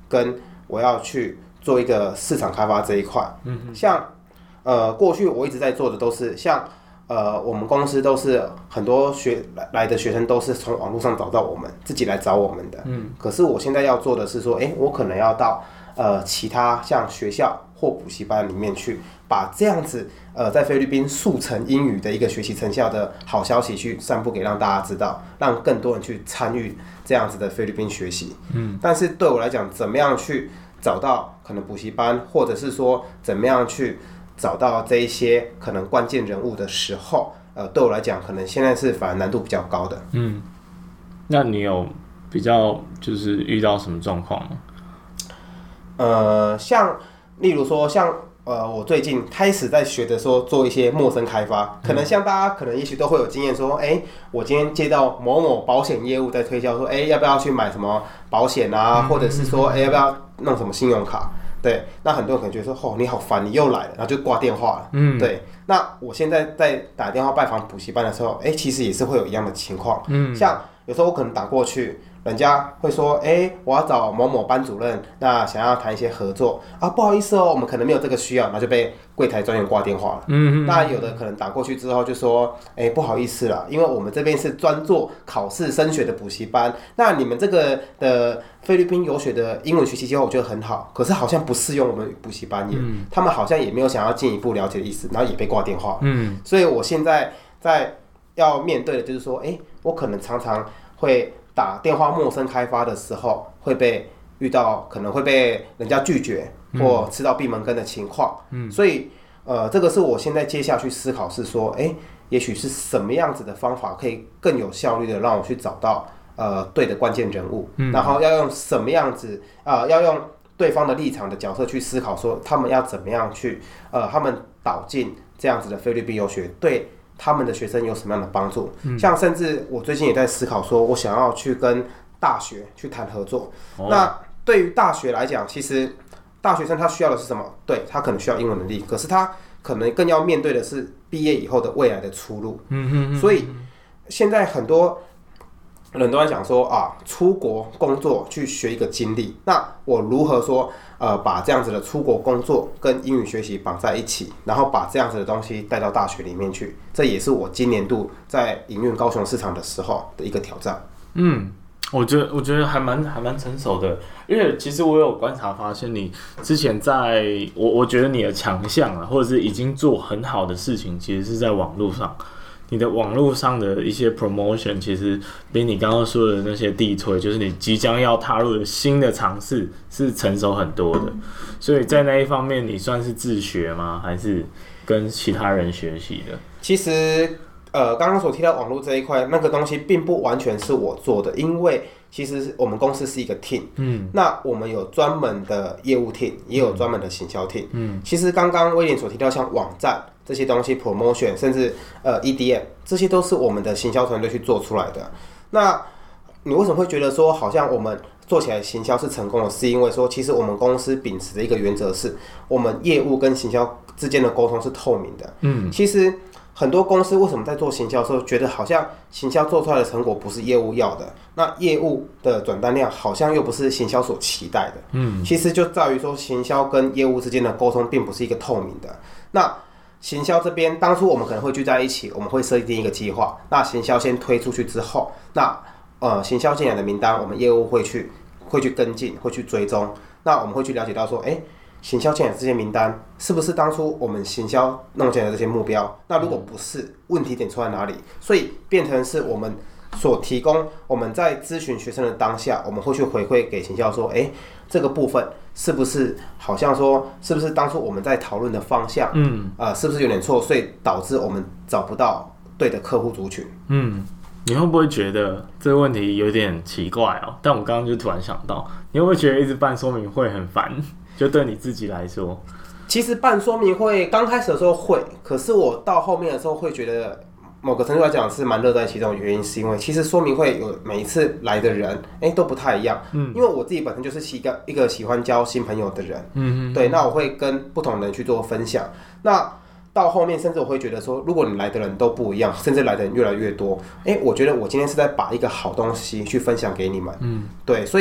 跟我要去做一个市场开发这一块。嗯，像呃过去我一直在做的都是像呃我们公司都是很多学来的学生都是从网络上找到我们，自己来找我们的。嗯，可是我现在要做的是说，哎，我可能要到呃其他像学校或补习班里面去，把这样子呃在菲律宾速成英语的一个学习成效的好消息去散布给让大家知道，让更多人去参与这样子的菲律宾学习。嗯，但是对我来讲，怎么样去找到可能补习班，或者是说怎么样去找到这一些可能关键人物的时候，呃，对我来讲，可能现在是反而难度比较高的。 嗯，那你有比较就是遇到什么状况吗？ 呃，像例如说，像呃，我最近开始在学的说做一些陌生开发，可能像大家可能也许都会有经验说，哎、欸，我今天接到某某保险业务在推销说，哎、欸，要不要去买什么保险啊，或者是说，哎、欸，要不要弄什么信用卡？对，那很多人可能觉得说，哦，你好烦，你又来了，然后就挂电话了。嗯，对。那我现在在打电话拜访补习班的时候，哎、欸，其实也是会有一样的情况。嗯，像有时候我可能打过去。人家会说，哎、欸，我要找某某班主任，那想要谈一些合作啊，不好意思哦，我们可能没有这个需要，那就被柜台专员挂电话了。嗯, 嗯, 嗯那有的可能打过去之后就说，哎、欸，不好意思啦，因为我们这边是专做考试升学的补习班，那你们这个的菲律宾游学的英文学习计划我觉得很好，可是好像不适用我们补习班耶、嗯，他们好像也没有想要进一步了解的意思，然后也被挂电话。嗯，所以我现在在要面对的就是说，哎、欸，我可能常常会。打电话陌生开发的时候，会被遇到可能会被人家拒绝或吃到闭门羹的情况。嗯，所以呃，这个是我现在接下去思考是说，哎、欸，也许是什么样子的方法可以更有效率的让我去找到呃对的关键人物，嗯、然后要用什么样子啊、呃，要用对方的立场的角色去思考说他们要怎么样去呃，他们导进这样子的菲律宾游学对。他们的学生有什么样的帮助、嗯？像甚至我最近也在思考，说我想要去跟大学去谈合作。哦、那对于大学来讲，其实大学生他需要的是什么？对，他可能需要英文能力，可是他可能更要面对的是毕业以后的未来的出路。嗯哼哼所以现在很多人都在讲说啊，出国工作去学一个经历。那我如何说？呃，把这样子的出国工作跟英语学习绑在一起，然后把这样子的东西带到大学里面去，这也是我今年度在营运高雄市场的时候的一个挑战。 嗯，我觉得我觉得还蛮还蛮成熟的，因为其实我有观察发现，你之前在我我觉得你的强项啊，或者是已经做很好的事情，其实是在网络上。你的网络上的一些 promotion 其实比你刚刚说的那些地推，就是你即将要踏入的新的尝试是成熟很多的，所以在那一方面你算是自学吗？还是跟其他人学习的？ 其实呃，刚刚所提到网络这一块，那个东西并不完全是我做的，因为其实我们公司是一个 team， 嗯，那我们有专门的业务 team， 也有专门的行销 team， 嗯，其实刚刚威廉所提到像网站。这些东西 promotion 甚至呃 E D M 这些都是我们的行销团队去做出来的。那你为什么会觉得说好像我们做起来行销是成功的？是因为说其实我们公司秉持的一个原则是，我们业务跟行销之间的沟通是透明的。嗯，其实很多公司为什么在做行销的时候，觉得好像行销做出来的成果不是业务要的，那业务的转单量好像又不是行销所期待的。嗯，其实就在于说行销跟业务之间的沟通并不是一个透明的。那行销这边，当初我们可能会聚在一起，我们会设定一个计划。那行销先推出去之后，那呃行销进来的名单，我们业务会去会去跟进，会去追踪。那我们会去了解到说，哎，行销进来的这些名单是不是当初我们行销弄进来的这些目标？那如果不是，问题点出在哪里？所以变成是我们所提供，我们在咨询学生的当下，我们会去回馈给行销说，哎，这个部分。是不是好像说，是不是当初我们在讨论的方向，嗯，呃，是不是有点错，所以导致我们找不到对的客户族群？ 嗯，你会不会觉得这个问题有点奇怪哦？但我刚刚就突然想到，你会不会觉得一直办说明会很烦？就对你自己来说， 其实办说明会刚开始的时候会，可是我到后面的时候会觉得。某个程度来讲是蛮乐在其中的原因，是因为其实说明会有每一次来的人，哎、欸，都不太一样。嗯，因为我自己本身就是一个一个喜欢交新朋友的人。嗯嗯。对，那我会跟不同的人去做分享。那到后面，甚至我会觉得说，如果你来的人都不一样，甚至来的人越来越多，哎、欸，我觉得我今天是在把一个好东西去分享给你们。嗯，对，所以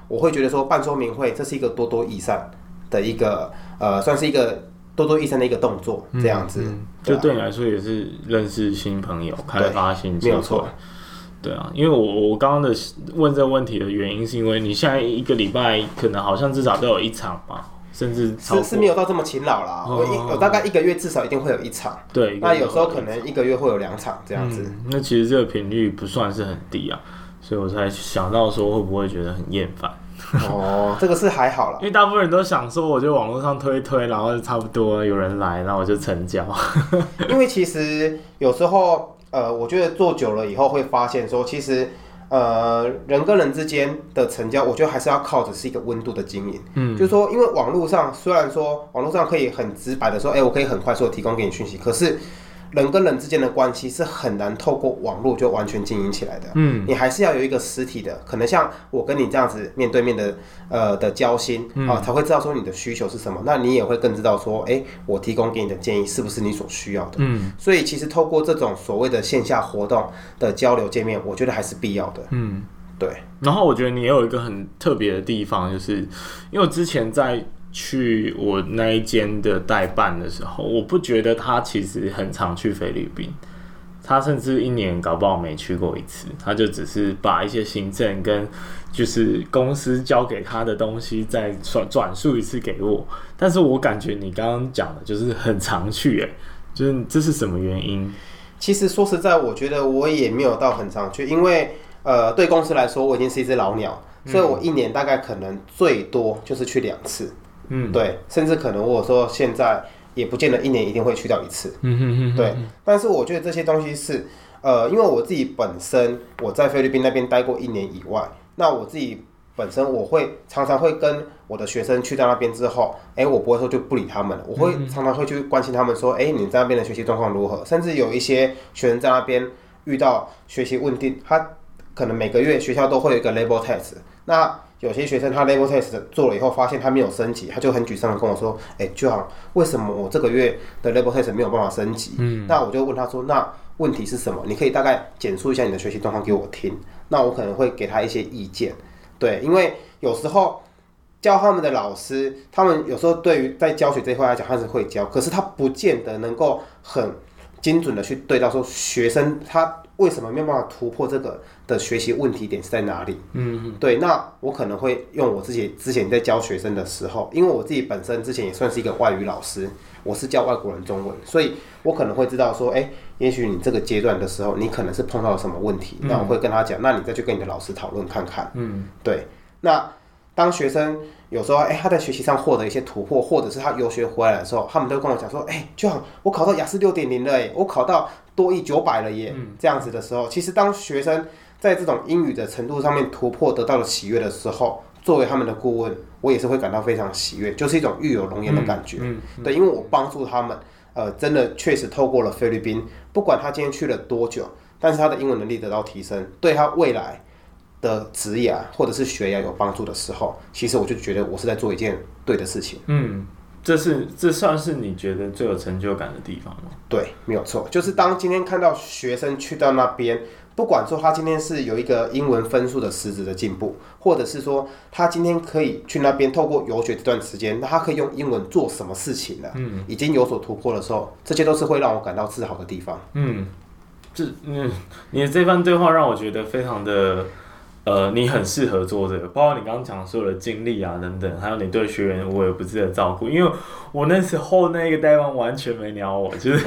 我会觉得说办说明会这是一个多多益善的一个呃，算是一个多多益善的一个动作，这样子。 嗯嗯、就对你来说也是认识新朋友，开发新机会。没有错。对啊，因为我我刚刚的问这个问题的原因，是因为你现在一个礼拜可能好像至少都有一场吧，甚至超过是是没有到这么勤劳啦。哦、我一我大概一个月至少一定会有一场， 对， 那有时候可能一个月会有两场这样子。 嗯、那其实这个频率不算是很低啊，所以我才想到说会不会觉得很厌烦。 哦，这个是还好啦， 因为大部分人都想说，我就网络上推推，然后就差不多有人来，然后我就成交。 因为其实有时候。呃，我觉得做久了以后会发现说，其实呃人跟人之间的成交，我觉得还是要靠的是一个温度的经营。嗯，就是说，因为网络上虽然说网络上可以很直白的说，哎、欸，我可以很快速的提供给你讯息，可是人跟人之间的关系是很难透过网络就完全经营起来的。嗯，你还是要有一个实体的，可能像我跟你这样子面对面的呃的交心啊、嗯呃，才会知道说你的需求是什么。那你也会更知道说，哎、欸，我提供给你的建议是不是你所需要的。嗯，所以其实透过这种所谓的线下活动的交流见面，我觉得还是必要的。嗯，对。 然后我觉得你也有一个很特别的地方，就是因为我之前在去我那一间的代办的时候，我不觉得他其实很常去菲律宾，他甚至一年搞不好没去过一次，他就只是把一些行政跟就是公司交给他的东西再转转述一次给我。但是我感觉你刚刚讲的就是很常去，哎，就是这是什么原因？ 其实说实在，我觉得我也没有到很常去，因为呃，对公司来说，我已经是一只老鸟，所以我一年大概可能最多就是去两次。嗯，对，甚至可能我说现在也不见得一年一定会去到一次。嗯哼哼哼，对。但是我觉得这些东西是，呃，因为我自己本身我在菲律宾那边待过一年以外，那我自己本身我会常常会跟我的学生去到那边之后，哎、欸，我不会说就不理他们了，我会常常会去关心他们说，哎、欸，你在那边的学习状况如何？甚至有一些学生在那边遇到学习问题，他可能每个月学校都会有一个 label test， 那有些学生他 label test 做了以后，发现他没有升级，他就很沮丧的跟我说：“哎、欸，就好，为什么我这个月的 label test 没有办法升级？”嗯，那我就问他说：“那问题是什么？你可以大概简述一下你的学习状况给我听。”那我可能会给他一些意见。对，因为有时候教他们的老师，他们有时候对于在教学这一块来讲，他是会教，可是他不见得能够很精准的去对到说学生他为什么没有办法突破这个的学习问题点是在哪里？嗯，对，那我可能会用我自己之前在教学生的时候，因为我自己本身之前也算是一个外语老师，我是教外国人中文，所以我可能会知道说，哎、欸，也许你这个阶段的时候，你可能是碰到了什么问题，那我会跟他讲，那你再去跟你的老师讨论看看。嗯，对，那当学生有时候，哎、欸，他在学习上获得一些突破，或者是他游学回来的时候，他们都跟我讲说，哎、欸，就好，我考到雅思六点零了，哎，我考到多益九百了耶，嗯、这样子的时候，其实当学生在这种英语的程度上面突破得到了喜悦的时候，作为他们的顾问，我也是会感到非常喜悦，就是一种育有龙颜的感觉。嗯嗯嗯、对，因为我帮助他们，呃，真的确实透过了菲律宾，不管他今天去了多久，但是他的英文能力得到提升，对他未来的职业或者是学业有帮助的时候，其实我就觉得我是在做一件对的事情。 嗯。这是这算是你觉得最有成就感的地方吗？ 对，没有错，就是当今天看到学生去到那边，不管说他今天是有一个英文分数的实质的进步，或者是说他今天可以去那边透过游学这段时间，那他可以用英文做什么事情呢？嗯，已经有所突破的时候，这些都是会让我感到自豪的地方。 嗯，这嗯，你的这番对话让我觉得非常的。呃，你很适合做这个，包括你刚刚讲所有的经历啊等等，还有你对学员无微不至的照顾。因为我那时候那个代办完全没鸟我，就是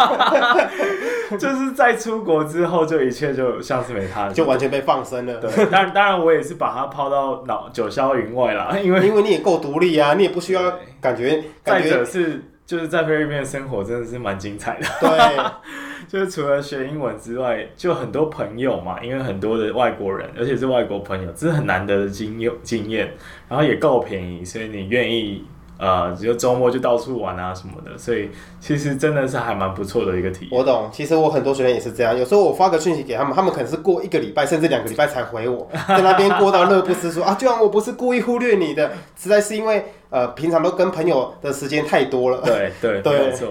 就是在出国之后，就一切就像是没他， 就完全被放生了。 对，当然当然我也是把他抛到脑九霄云外啦，因为因为你也够独立啊，你也不需要感觉。 再者是就是在菲律宾的生活真的是蛮精彩的。 对。 就是除了学英文之外，就很多朋友嘛，因为很多的外国人，而且是外国朋友，这是很难得的经经验，然后也够便宜，所以你愿意呃，就周末就到处玩啊什么的，所以其实真的是还蛮不错的一个体验。 我懂，其实我很多学生也是这样，有时候我发个讯息给他们，他们可能是过一个礼拜甚至两个礼拜才回我，在那边过到乐不思蜀啊，就像我不是故意忽略你的，实在是因为呃平常都跟朋友的时间太多了。 对对对，没错。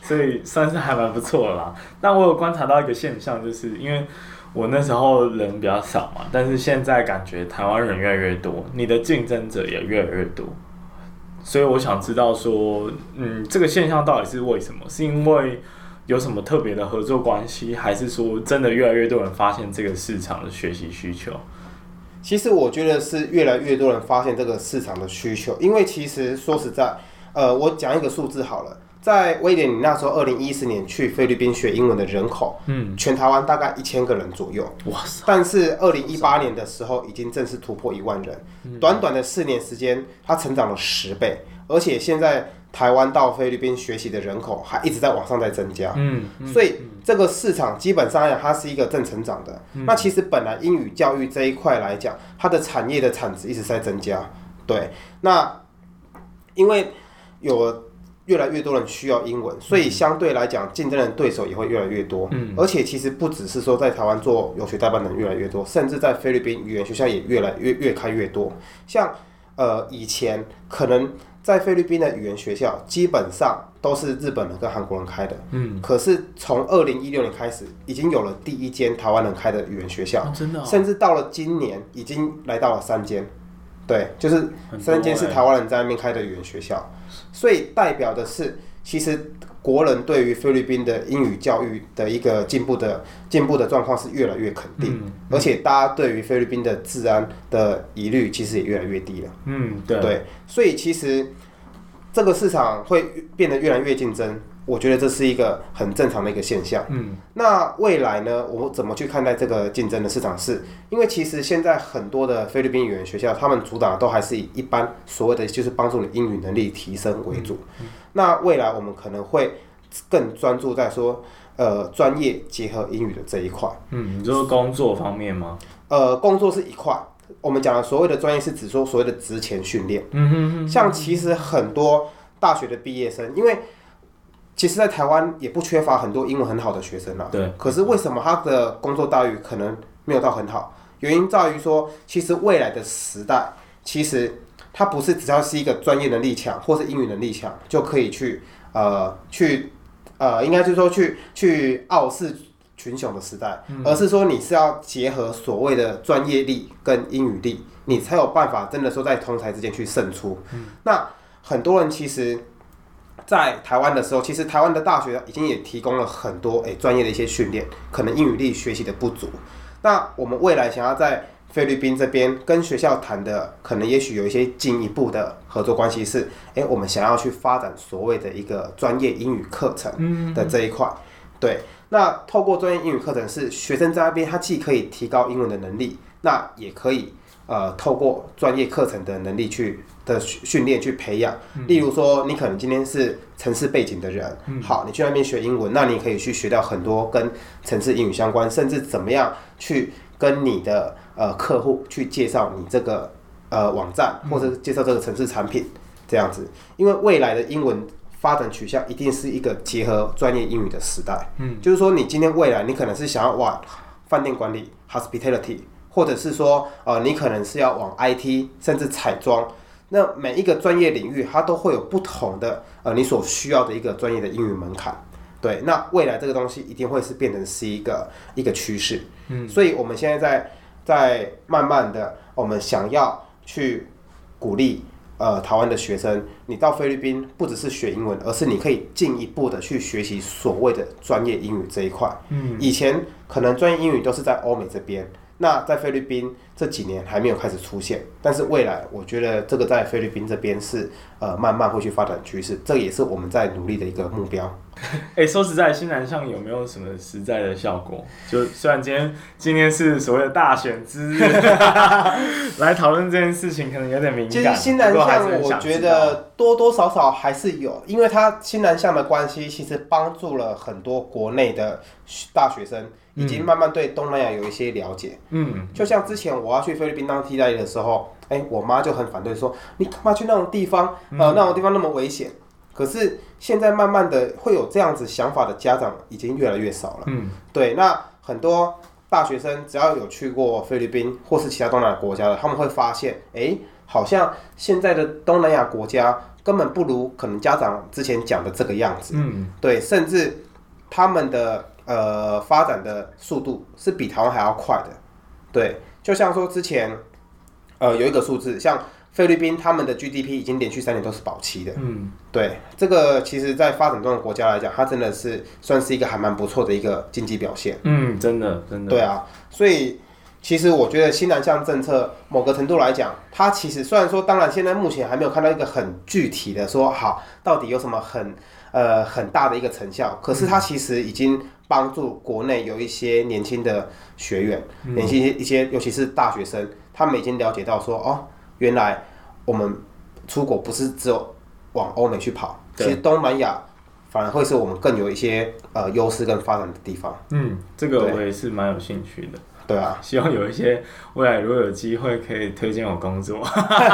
所以算是还蛮不错的啦。但我有观察到一个现象，就是因为我那时候人比较少嘛，但是现在感觉台湾人越来越多，你的竞争者也越来越多，所以我想知道说，嗯，这个现象到底是为什么？是因为有什么特别的合作关系，还是说真的越来越多人发现这个市场的学习需求？ 其实我觉得是越来越多人发现这个市场的需求，因为其实说实在，呃，我讲一个数字好了，在威廉你那时候二零一四年去菲律宾学英文的人口，嗯，全台湾大概一千个人左右，哇塞！但是二零一八年的时候已经正式突破一万人，嗯、短短的四年时间，它成长了十倍，而且现在台湾到菲律宾学习的人口还一直在往上在增加，嗯，嗯所以这个市场基本上来讲，它是一个正成长的。嗯、那其实本来英语教育这一块来讲，它的产业的产值一直在增加，对。那因为有越来越多人需要英文，所以相对来讲，竞争的对手也会越来越多。嗯，而且其实不只是说在台湾做游学代办的人越来越多，甚至在菲律宾语言学校也越来越越开越多。像呃以前可能在菲律宾的语言学校，基本上都是日本人跟韩国人开的。嗯，可是从二零一六年开始，已经有了第一间台湾人开的语言学校，哦真的哦、甚至到了今年已经来到了三间。对，就是三间是台湾人在那边开的语言学校，所以代表的是，其实国人对于菲律宾的英语教育的一个进步的进步的状况是越来越肯定，嗯嗯、而且大家对于菲律宾的治安的疑虑其实也越来越低了。嗯，对，对，所以其实这个市场会变得越来越竞争。我觉得这是一个很正常的一个现象。嗯，那未来呢？我怎么去看待这个竞争的市场是？因为其实现在很多的菲律宾语言学校，他们主打都还是以一般所谓的就是帮助你英语能力提升为主。嗯嗯、那未来我们可能会更专注在说，呃，专业结合英语的这一块。 嗯，你说工作方面吗？ 呃，工作是一块。我们讲的所谓的专业是指说所谓的职前训练。嗯哼哼哼。像其实很多大学的毕业生，因为其实，在台湾也不缺乏很多英文很好的学生啦。对。可是为什么他的工作待遇可能没有到很好？原因在于说，其实未来的时代，其实它不是只要是一个专业能力强或是英语能力强就可以去呃去呃，应该就是说去去傲视群雄的时代，嗯、而是说你是要结合所谓的专业力跟英语力，你才有办法真的说在同才之间去胜出。嗯、那很多人其实在台湾的时候，其实台湾的大学已经也提供了很多诶专业的一些训练，可能英语力学习的不足。那我们未来想要在菲律宾这边跟学校谈的，可能也许有一些进一步的合作关系是，诶我们想要去发展所谓的一个专业英语课程的这一块。对，那透过专业英语课程是学生在那边，他既可以提高英文的能力，那也可以呃透过专业课程的能力去的训练去培养。例如说，你可能今天是程式背景的人，嗯、好，你去那边学英文，那你可以去学到很多跟程式英语相关，甚至怎么样去跟你的呃客户去介绍你这个呃网站，或者介绍这个程式产品，这样子。因为未来的英文发展取向一定是一个结合专业英语的时代。嗯，就是说你今天未来你可能是想要往饭店管理 hospitality， 或者是说呃你可能是要往 I T 甚至彩妆。那每一个专业领域，它都会有不同的呃你所需要的一个专业的英语门槛。对，那未来这个东西一定会是变成是一个一个趋势。嗯，所以我们现在在在慢慢的，我们想要去鼓励呃台湾的学生，你到菲律宾不只是学英文，而是你可以进一步的去学习所谓的专业英语这一块。嗯，以前可能专业英语都是在欧美这边。那在菲律宾这几年还没有开始出现，但是未来我觉得这个在菲律宾这边是呃慢慢会去发展趋势，这也是我们在努力的一个目标。 哎、欸，说实在，新南向有没有什么实在的效果？就虽然今天今天是所谓的大选之日，来讨论这件事情可能有点敏感。 其实新南向我觉得多多少少还是有，因为它新南向的关系，其实帮助了很多国内的大学生。已经慢慢对东南亚有一些了解。嗯，就像之前我要去菲律宾当替代役的时候，哎、欸，我妈就很反对说，你干嘛去那种地方？呃，那种地方那么危险。可是现在慢慢的会有这样子想法的家长已经越来越少了。嗯，对，那很多大学生只要有去过菲律宾或是其他东南亚国家的，他们会发现，哎、欸，好像现在的东南亚国家根本不如可能家长之前讲的这个样子。 嗯， 对，甚至他们的呃发展的速度是比台湾还要快的。对，就像说之前呃有一个数字，像菲律宾他们的 G D P 已经连续三年都是保七的。 嗯， 对，这个其实在发展中的国家来讲，它真的是算是一个还蛮不错的一个经济表现。 嗯，真的真的。 对啊，所以其实我觉得新南向政策某个程度来讲，它其实虽然说，当然现在目前还没有看到一个很具体的说好到底有什么很呃很大的一个成效，可是它其实已经帮助国内有一些年轻的学员， 嗯、 年轻一些尤其是大学生，他们已经了解到说哦，原来我们出国不是只有往欧美去跑，其实东南亚反而会是我们更有一些呃优势跟发展的地方。 嗯，这个我也是蛮有兴趣的。 对啊， 希望有一些未来如果有机会可以推荐我工作。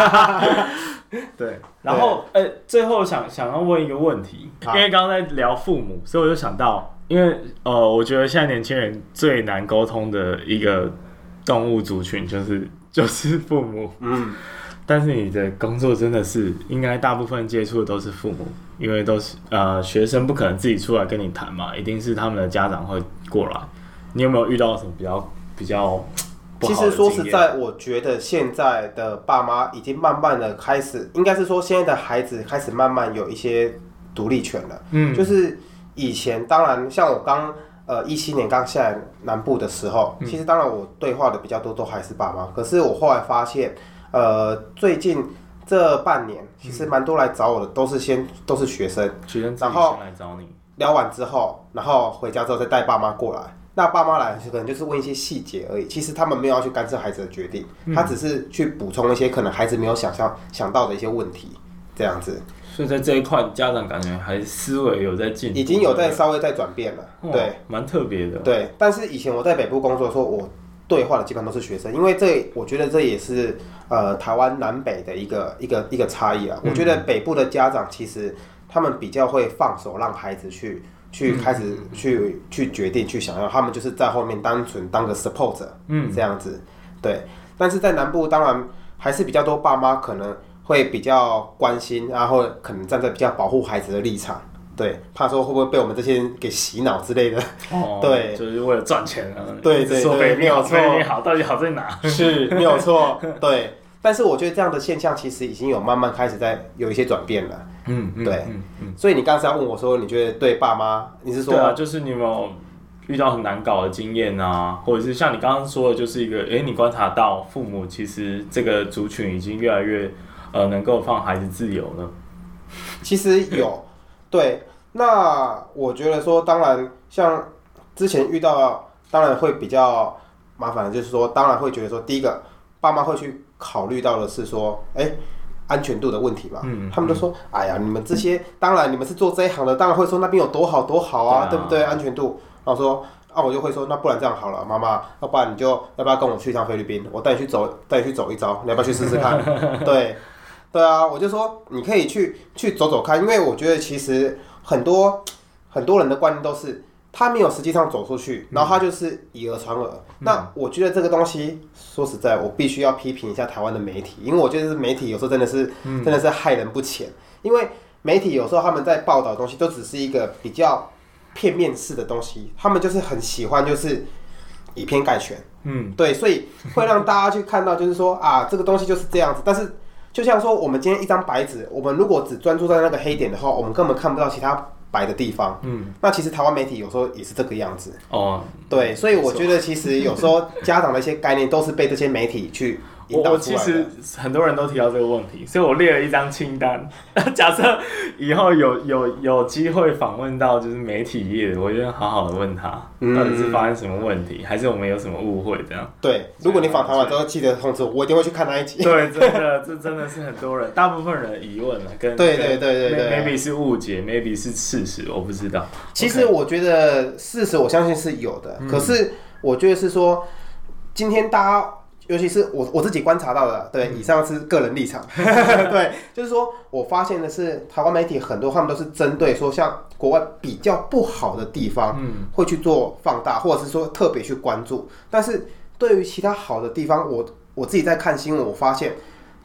对，然后呃、欸，最后想想要问一个问题，因为刚刚在聊父母，所以我就想到，因为呃，我觉得现在年轻人最难沟通的一个动物族群就是就是父母。嗯。但是你的工作真的是应该大部分接触的都是父母，因为都是呃学生不可能自己出来跟你谈嘛，一定是他们的家长会过来。你有没有遇到什么比较比较不好的经验？ 其实说实在，我觉得现在的爸妈已经慢慢的开始，应该是说现在的孩子开始慢慢有一些独立权了。嗯，就是以前当然像我刚呃一七年刚下来南部的时候，其实当然我对话的比较多都还是爸妈，可是我后来发现。呃，最近这半年，其实蛮多来找我的，都是先都是学生， 学生自己先来找你， 聊完之后，然后回家之后再带爸妈过来。那爸妈来可能就是问一些细节而已，其实他们没有要去干涉孩子的决定，嗯、他只是去补充一些可能孩子没有想象想到的一些问题，这样子。 所以在这一块，家长感觉还思维有在进步， 已经有在稍微在转变了，对， 蛮特别的。 对，但是以前我在北部工作的时候，我对话的基本上都是学生，因为这我觉得这也是呃台湾南北的一个一个一个差异啊。我觉得北部的家长其实他们比较会放手让孩子去去开始去去决定去想要，他们就是在后面单纯当个 support 者，嗯，这样子，对。但是在南部当然还是比较多爸妈可能会比较关心，然后可能站在比较保护孩子的立场。对，怕说会不会被我们这些人给洗脑之类的。哦，对， 就是为了赚钱啊。 对对对，没有错， 菲律宾好，到底好在哪？ 是，没有错。对，但是我觉得这样的现象其实已经有慢慢开始在有一些转变了。嗯，对，嗯嗯。所以你刚才问我说，你觉得对爸妈，你是说？ 对啊，就是你有没有遇到很难搞的经验啊，或者是像你刚刚说的，就是一个，哎、欸，你观察到父母其实这个族群已经越来越呃能够放孩子自由了。 其实有。对，那我觉得说，当然像之前遇到，当然会比较麻烦的，就是说，当然会觉得说，第一个，爸妈会去考虑到的是说，哎、欸，安全度的问题嘛。嗯。他们都说，哎呀，你们这些，当然你们是做这一行的，当然会说那边有多好多好啊， 对, 啊对不对？安全度。然后说，啊，我就会说，那不然这样好了，妈妈，要不然你就要不要跟我去一趟菲律宾？我带你去走，带你去走一遭，你要不要去试试看？对。对啊，我就说你可以去去走走看，因为我觉得其实很多很多人的观念都是他没有实际上走出去，然后他就是以讹传讹。嗯、那我觉得这个东西说实在，我必须要批评一下台湾的媒体，因为我觉得媒体有时候真的是、嗯、真的是害人不浅，因为媒体有时候他们在报道的东西都只是一个比较片面式的东西，他们就是很喜欢就是以偏概全。嗯，对，所以会让大家去看到就是说啊，这个东西就是这样子，但是。就像说，我们今天一张白纸，我们如果只专注在那个黑点的话，我们根本看不到其他白的地方。嗯，那其实台湾媒体有时候也是这个样子。哦，对，所以我觉得其实有时候家长的一些概念都是被这些媒体去引导出来的。我其实很多人都提到这个问题，所以我列了一张清单。假设以后有有有机会访问到就是媒体业的，我就好好的问他，嗯、到底是发生什么问题，还是我们有什么误会这样。 对，如果你访谈完之后记得通知我，我一定会去看那一集。 对，真的，这真的是很多人，大部分人的疑问了，跟对对对对对 ，maybe 是误解 ，maybe 是事实，我不知道。 其实我觉得事实我相信是有的，嗯、可是我觉得是说，今天大家。尤其是我我自己观察到的，对，以上是个人立场，对，就是说我发现的是，台湾媒体很多他们都是针对说像国外比较不好的地方，嗯，会去做放大，或者是说特别去关注，但是对于其他好的地方，我我自己在看新闻，我发现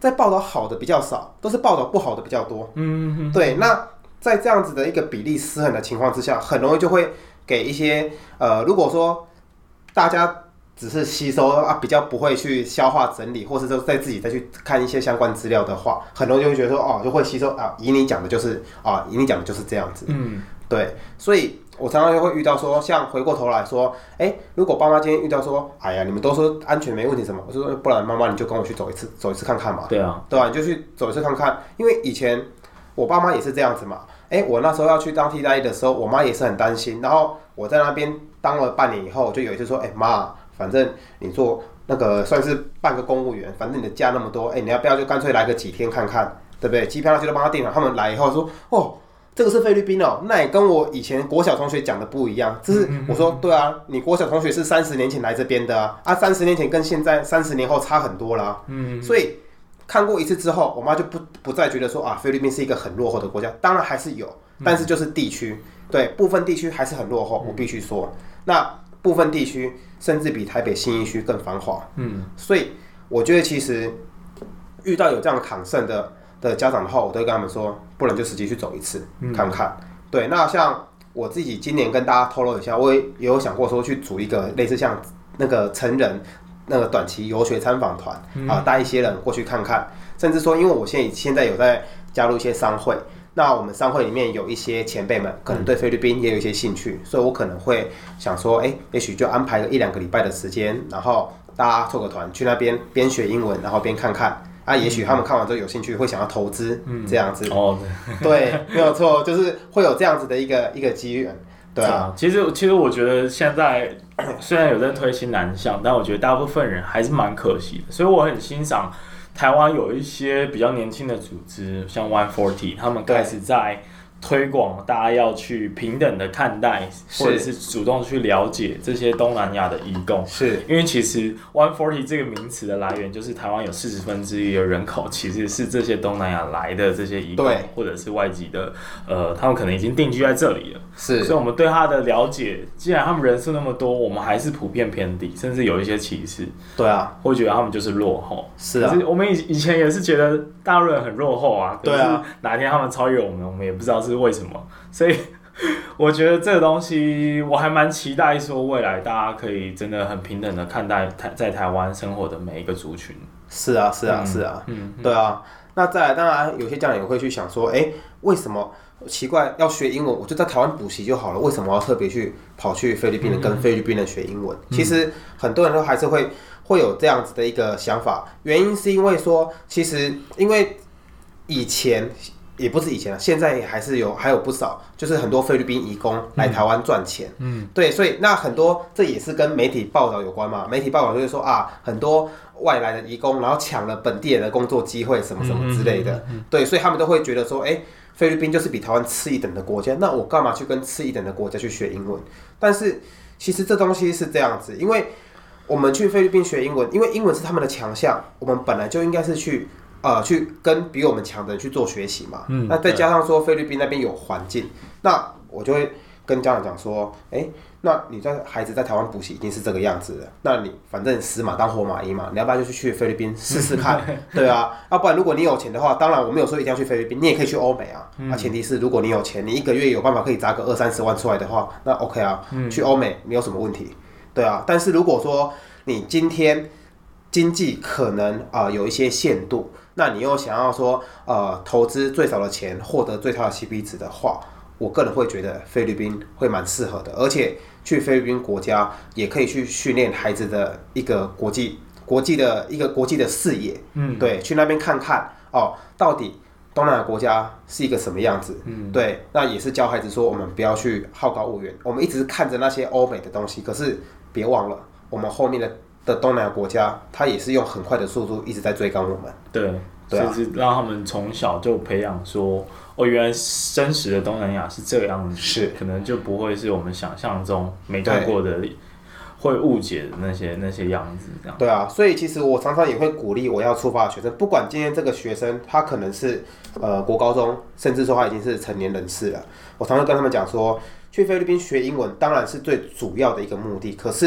在报道好的比较少，都是报道不好的比较多。 嗯嗯， 对，那在这样子的一个比例失衡的情况之下，很容易就会给一些呃，如果说大家只是吸收啊，比较不会去消化整理，或是说再自己再去看一些相关资料的话，很容易就会觉得说哦，就会吸收啊，以你讲的就是啊，以你讲的就是这样子。嗯，对，所以我常常就会遇到说，像回过头来说，哎，如果爸妈今天遇到说，哎呀，你们都说安全没问题什么，我说不然妈妈你就跟我去走一次，走一次看看嘛。 对啊， 对吧、啊？你就去走一次看看，因为以前我爸妈也是这样子嘛。哎，我那时候要去当替代役的时候，我妈也是很担心，然后我在那边当了半年以后，就有一次说，哎妈。反正你做那个算是半个公务员，反正你的假那么多，哎、欸，你要不要就干脆来个几天看看，对不对？机票那些都帮他订了，他们来以后说，哦，这个是菲律宾哦，那也跟我以前国小同学讲的不一样。这是我说，对啊，你国小同学是三十年前来这边的啊，啊，三十年前跟现在三十年后差很多啦。嗯，所以看过一次之后，我妈就不不再觉得说啊，菲律宾是一个很落后的国家，当然还是有，但是就是地区，对，部分地区还是很落后，我必须说，那。部分地区甚至比台北信义区更繁华，嗯，所以我觉得其实遇到有这样抗胜的的家长的话，我都会跟他们说，不然就实际去走一次、嗯、看看。对，那像我自己今年跟大家透露一下，我也也有想过说去组一个类似像那个成人那个短期游学参访团、嗯、啊，带一些人过去看看，甚至说，因为我现在现在有在加入一些商会。那我们商会里面有一些前辈们，可能对菲律宾也有一些兴趣，所以我可能会想说，哎、欸，也许就安排个一两个礼拜的时间，然后大家凑个团去那边边学英文，然后边看看。啊，也许他们看完之后有兴趣，会想要投资、嗯、这样子。哦，对，没有错，就是会有这样子的一个一个机缘。对啊， 其实其实我觉得现在虽然有在推新南向，但我觉得大部分人还是蛮可惜的，所以我很欣赏。台湾有一些比较年轻的组织，像一百四十，他们开始在推广大家要去平等的看待，或者是主动去了解这些东南亚的移工。是，因为其实一百四十这个名词的来源，就是台湾有四十分之一的人口其实是这些东南亚来的这些移工，或者是外籍的，呃，他们可能已经定居在这里了。是，所以我们对他的了解，既然他们人数那么多，我们还是普遍偏低，甚至有一些歧视。对啊，会觉得他们就是落后。是啊，可是我们以以前也是觉得大陆人很落后啊。对啊，哪天他们超越我们，我们也不知道是为什么。所以我觉得这个东西，我还蛮期待说未来大家可以真的很平等的看待台在台湾生活的每一个族群。 是啊，是啊，嗯、是啊，嗯，对啊。那再来，当然有些家长也会去想说，哎、欸，为什么？奇怪，要学英文，我就在台湾补习就好了，为什么要特别去跑去菲律宾人跟菲律宾人学英文？嗯、其实很多人都还是会会有这样子的一个想法，原因是因为说，其实因为以前也不是以前了，现在还是有还有不少，就是很多菲律宾移工来台湾赚钱，嗯，对，所以那很多这也是跟媒体报道有关嘛，媒体报道就是说啊，很多外来的移工，然后抢了本地人的工作机会，什么什么之类的，对，所以他们都会觉得说，哎、欸。菲律宾就是比台湾次一等的国家，那我干嘛去跟次一等的国家去学英文？但是其实这东西是这样子，因为我们去菲律宾学英文，因为英文是他们的强项，我们本来就应该是去呃去跟比我们强的人去做学习嘛。嗯，那再加上说菲律宾那边有环境，那我就会跟家长讲说，哎、欸，那你在孩子在台湾补习已经是这个样子了，那你反正死马当活马医嘛，你要不然就去菲律宾试试看，对啊，要不然如果你有钱的话，当然我没有说一定要去菲律宾，你也可以去欧美啊，嗯、啊前提是如果你有钱，你一个月有办法可以砸个二三十万出来的话，那 OK 啊，嗯、去欧美没有什么问题，对啊，但是如果说你今天经济可能啊、呃、有一些限度，那你又想要说呃投资最少的钱获得最高的 C P 值的话，我个人会觉得菲律宾会蛮适合的，而且去菲律宾国家也可以去训练孩子的一个国际国际的一个国际的视野，嗯，对，去那边看看哦，到底东南亚国家是一个什么样子，嗯，对，那也是教孩子说我们不要去好高骛远，我们一直看着那些欧美的东西，可是别忘了我们后面的的东南亚国家，它也是用很快的速度一直在追赶我们， 对。甚至让他们从小就培养说，哦，原来真实的东南亚是这样子，是可能就不会是我们想象中没看过的，会误解的那些那些样子，这样。 对啊，所以其实我常常也会鼓励我要出发的学生，不管今天这个学生他可能是呃国高中，甚至说他已经是成年人士了，我常常跟他们讲说，去菲律宾学英文当然是最主要的一个目的，可是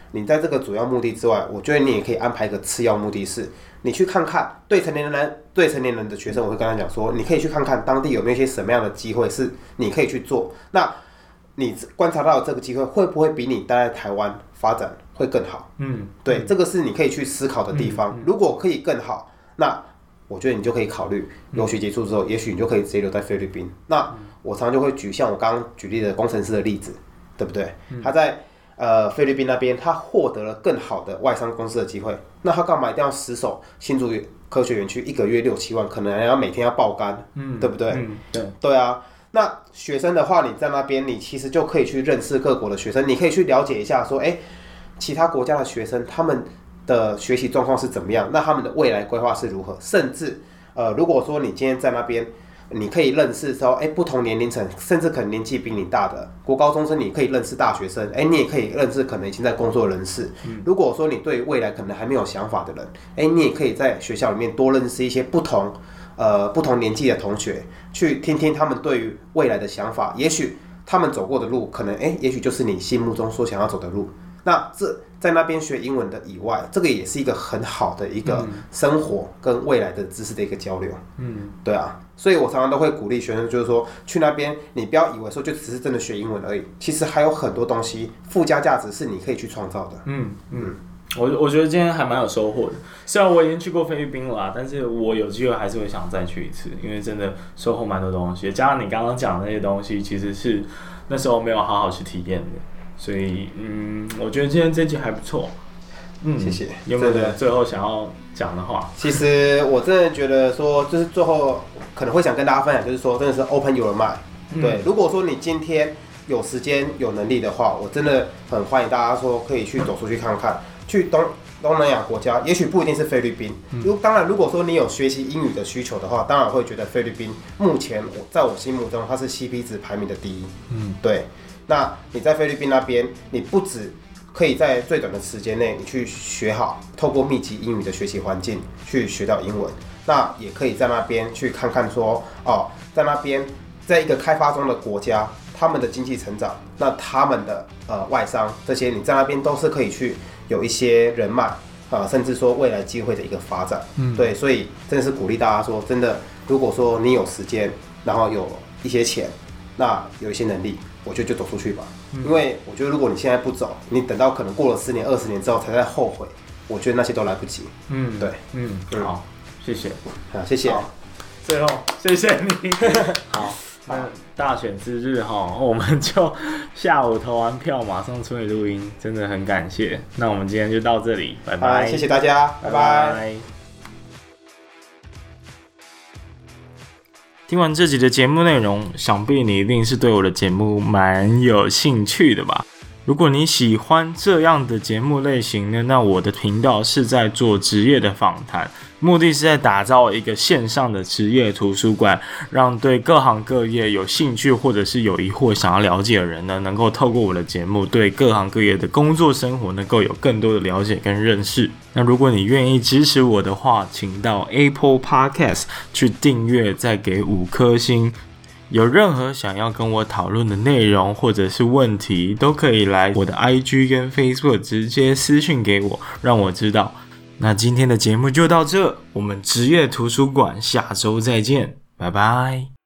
你在这个主要目的之外，我觉得你也可以安排一个次要目的是，你去看看对成年人对成年人的学生，我会跟他讲说，你可以去看看当地有没有一些什么样的机会是你可以去做。那你观察到这个机会会不会比你待在台湾发展会更好？嗯，对，嗯、这个是你可以去思考的地方。嗯嗯、如果可以更好，那我觉得你就可以考虑留学结束之后，也许你就可以直接留在菲律宾。那我常常就会举像我刚刚举例的工程师的例子，对不对？他在呃菲律宾那边，他获得了更好的外商公司的机会，那他干嘛一定要死守新竹科学园区，一个月六七万，可能还要每天要爆肝，嗯、对不对？嗯、对对啊。那学生的话，你在那边，你其实就可以去认识各国的学生，你可以去了解一下，说，哎，其他国家的学生他们的学习状况是怎么样，那他们的未来规划是如何，甚至，呃，如果说你今天在那边，你可以认识说，哎，不同年龄层，甚至可能年纪比你大的国高中生，你可以认识大学生，哎，你也可以认识可能已经在工作的人士。嗯、如果说你对未来可能还没有想法的人，哎，你也可以在学校里面多认识一些不同。呃，不同年纪的同学去听听他们对于未来的想法，也许他们走过的路，可能哎，也许就是你心目中所想要走的路。那这在那边学英文的以外，这个也是一个很好的一个生活跟未来的知识的一个交流。嗯，对啊，所以我常常都会鼓励学生，就是说去那边，你不要以为说就只是真的学英文而已，其实还有很多东西附加价值是你可以去创造的。嗯嗯。 我我觉得今天还蛮有收获的，虽然我已经去过菲律宾了啦，但是我有机会还是会想再去一次，因为真的收获蛮多东西，加上你刚刚讲的那些东西，其实是那时候没有好好去体验的，所以嗯，我觉得今天这集还不错。 嗯，谢谢。 有没有最后想要讲的话？ 其实我真的觉得说，就是最后可能会想跟大家分享，就是说真的是 open your mind、嗯。对，如果说你今天有时间有能力的话，我真的很欢迎大家说可以去走出去看看。去东东南亚国家，也许不一定是菲律宾。如、嗯、当然，如果说你有学习英语的需求的话，当然会觉得菲律宾目前我在我心目中它是 C P 值排名的第一。嗯，对。那你在菲律宾那边，你不只可以在最短的时间内你去学好，透过密集英语的学习环境去学到英文，那也可以在那边去看看说，哦，在那边在一个开发中的国家，他们的经济成长，那他们的呃外商这些，你在那边都是可以去。有一些人脉啊，甚至说未来机会的一个发展，嗯，对，所以真的是鼓励大家说，真的，如果说你有时间，然后有一些钱，那有一些能力，我觉得就走出去吧。嗯、因为我觉得如果你现在不走，你等到可能过了十年、二十年之后才在后悔，我觉得那些都来不及。嗯，对， 嗯，嗯好，谢谢， 好，谢谢。 最后，谢谢你。好。那大选之日哈，我们就下午投完票，马上出来录音，真的很感谢。那我们今天就到这里，拜拜， 谢谢大家，拜拜。拜拜。 听完这集的节目内容，想必你一定是对我的节目蛮有兴趣的吧？如果你喜欢这样的节目类型呢，那我的频道是在做职业的访谈，目的是在打造一个线上的职业图书馆，让对各行各业有兴趣或者是有疑惑想要了解的人呢，能够透过我的节目对各行各业的工作生活能够有更多的了解跟认识。那如果你愿意支持我的话，请到 Apple Podcast 去订阅，再给五颗星。有任何想要跟我讨论的内容或者是问题，都可以来我的 I G 跟 Facebook 直接私讯给我，让我知道。那今天的节目就到这，我们职业图书馆下周再见，拜拜。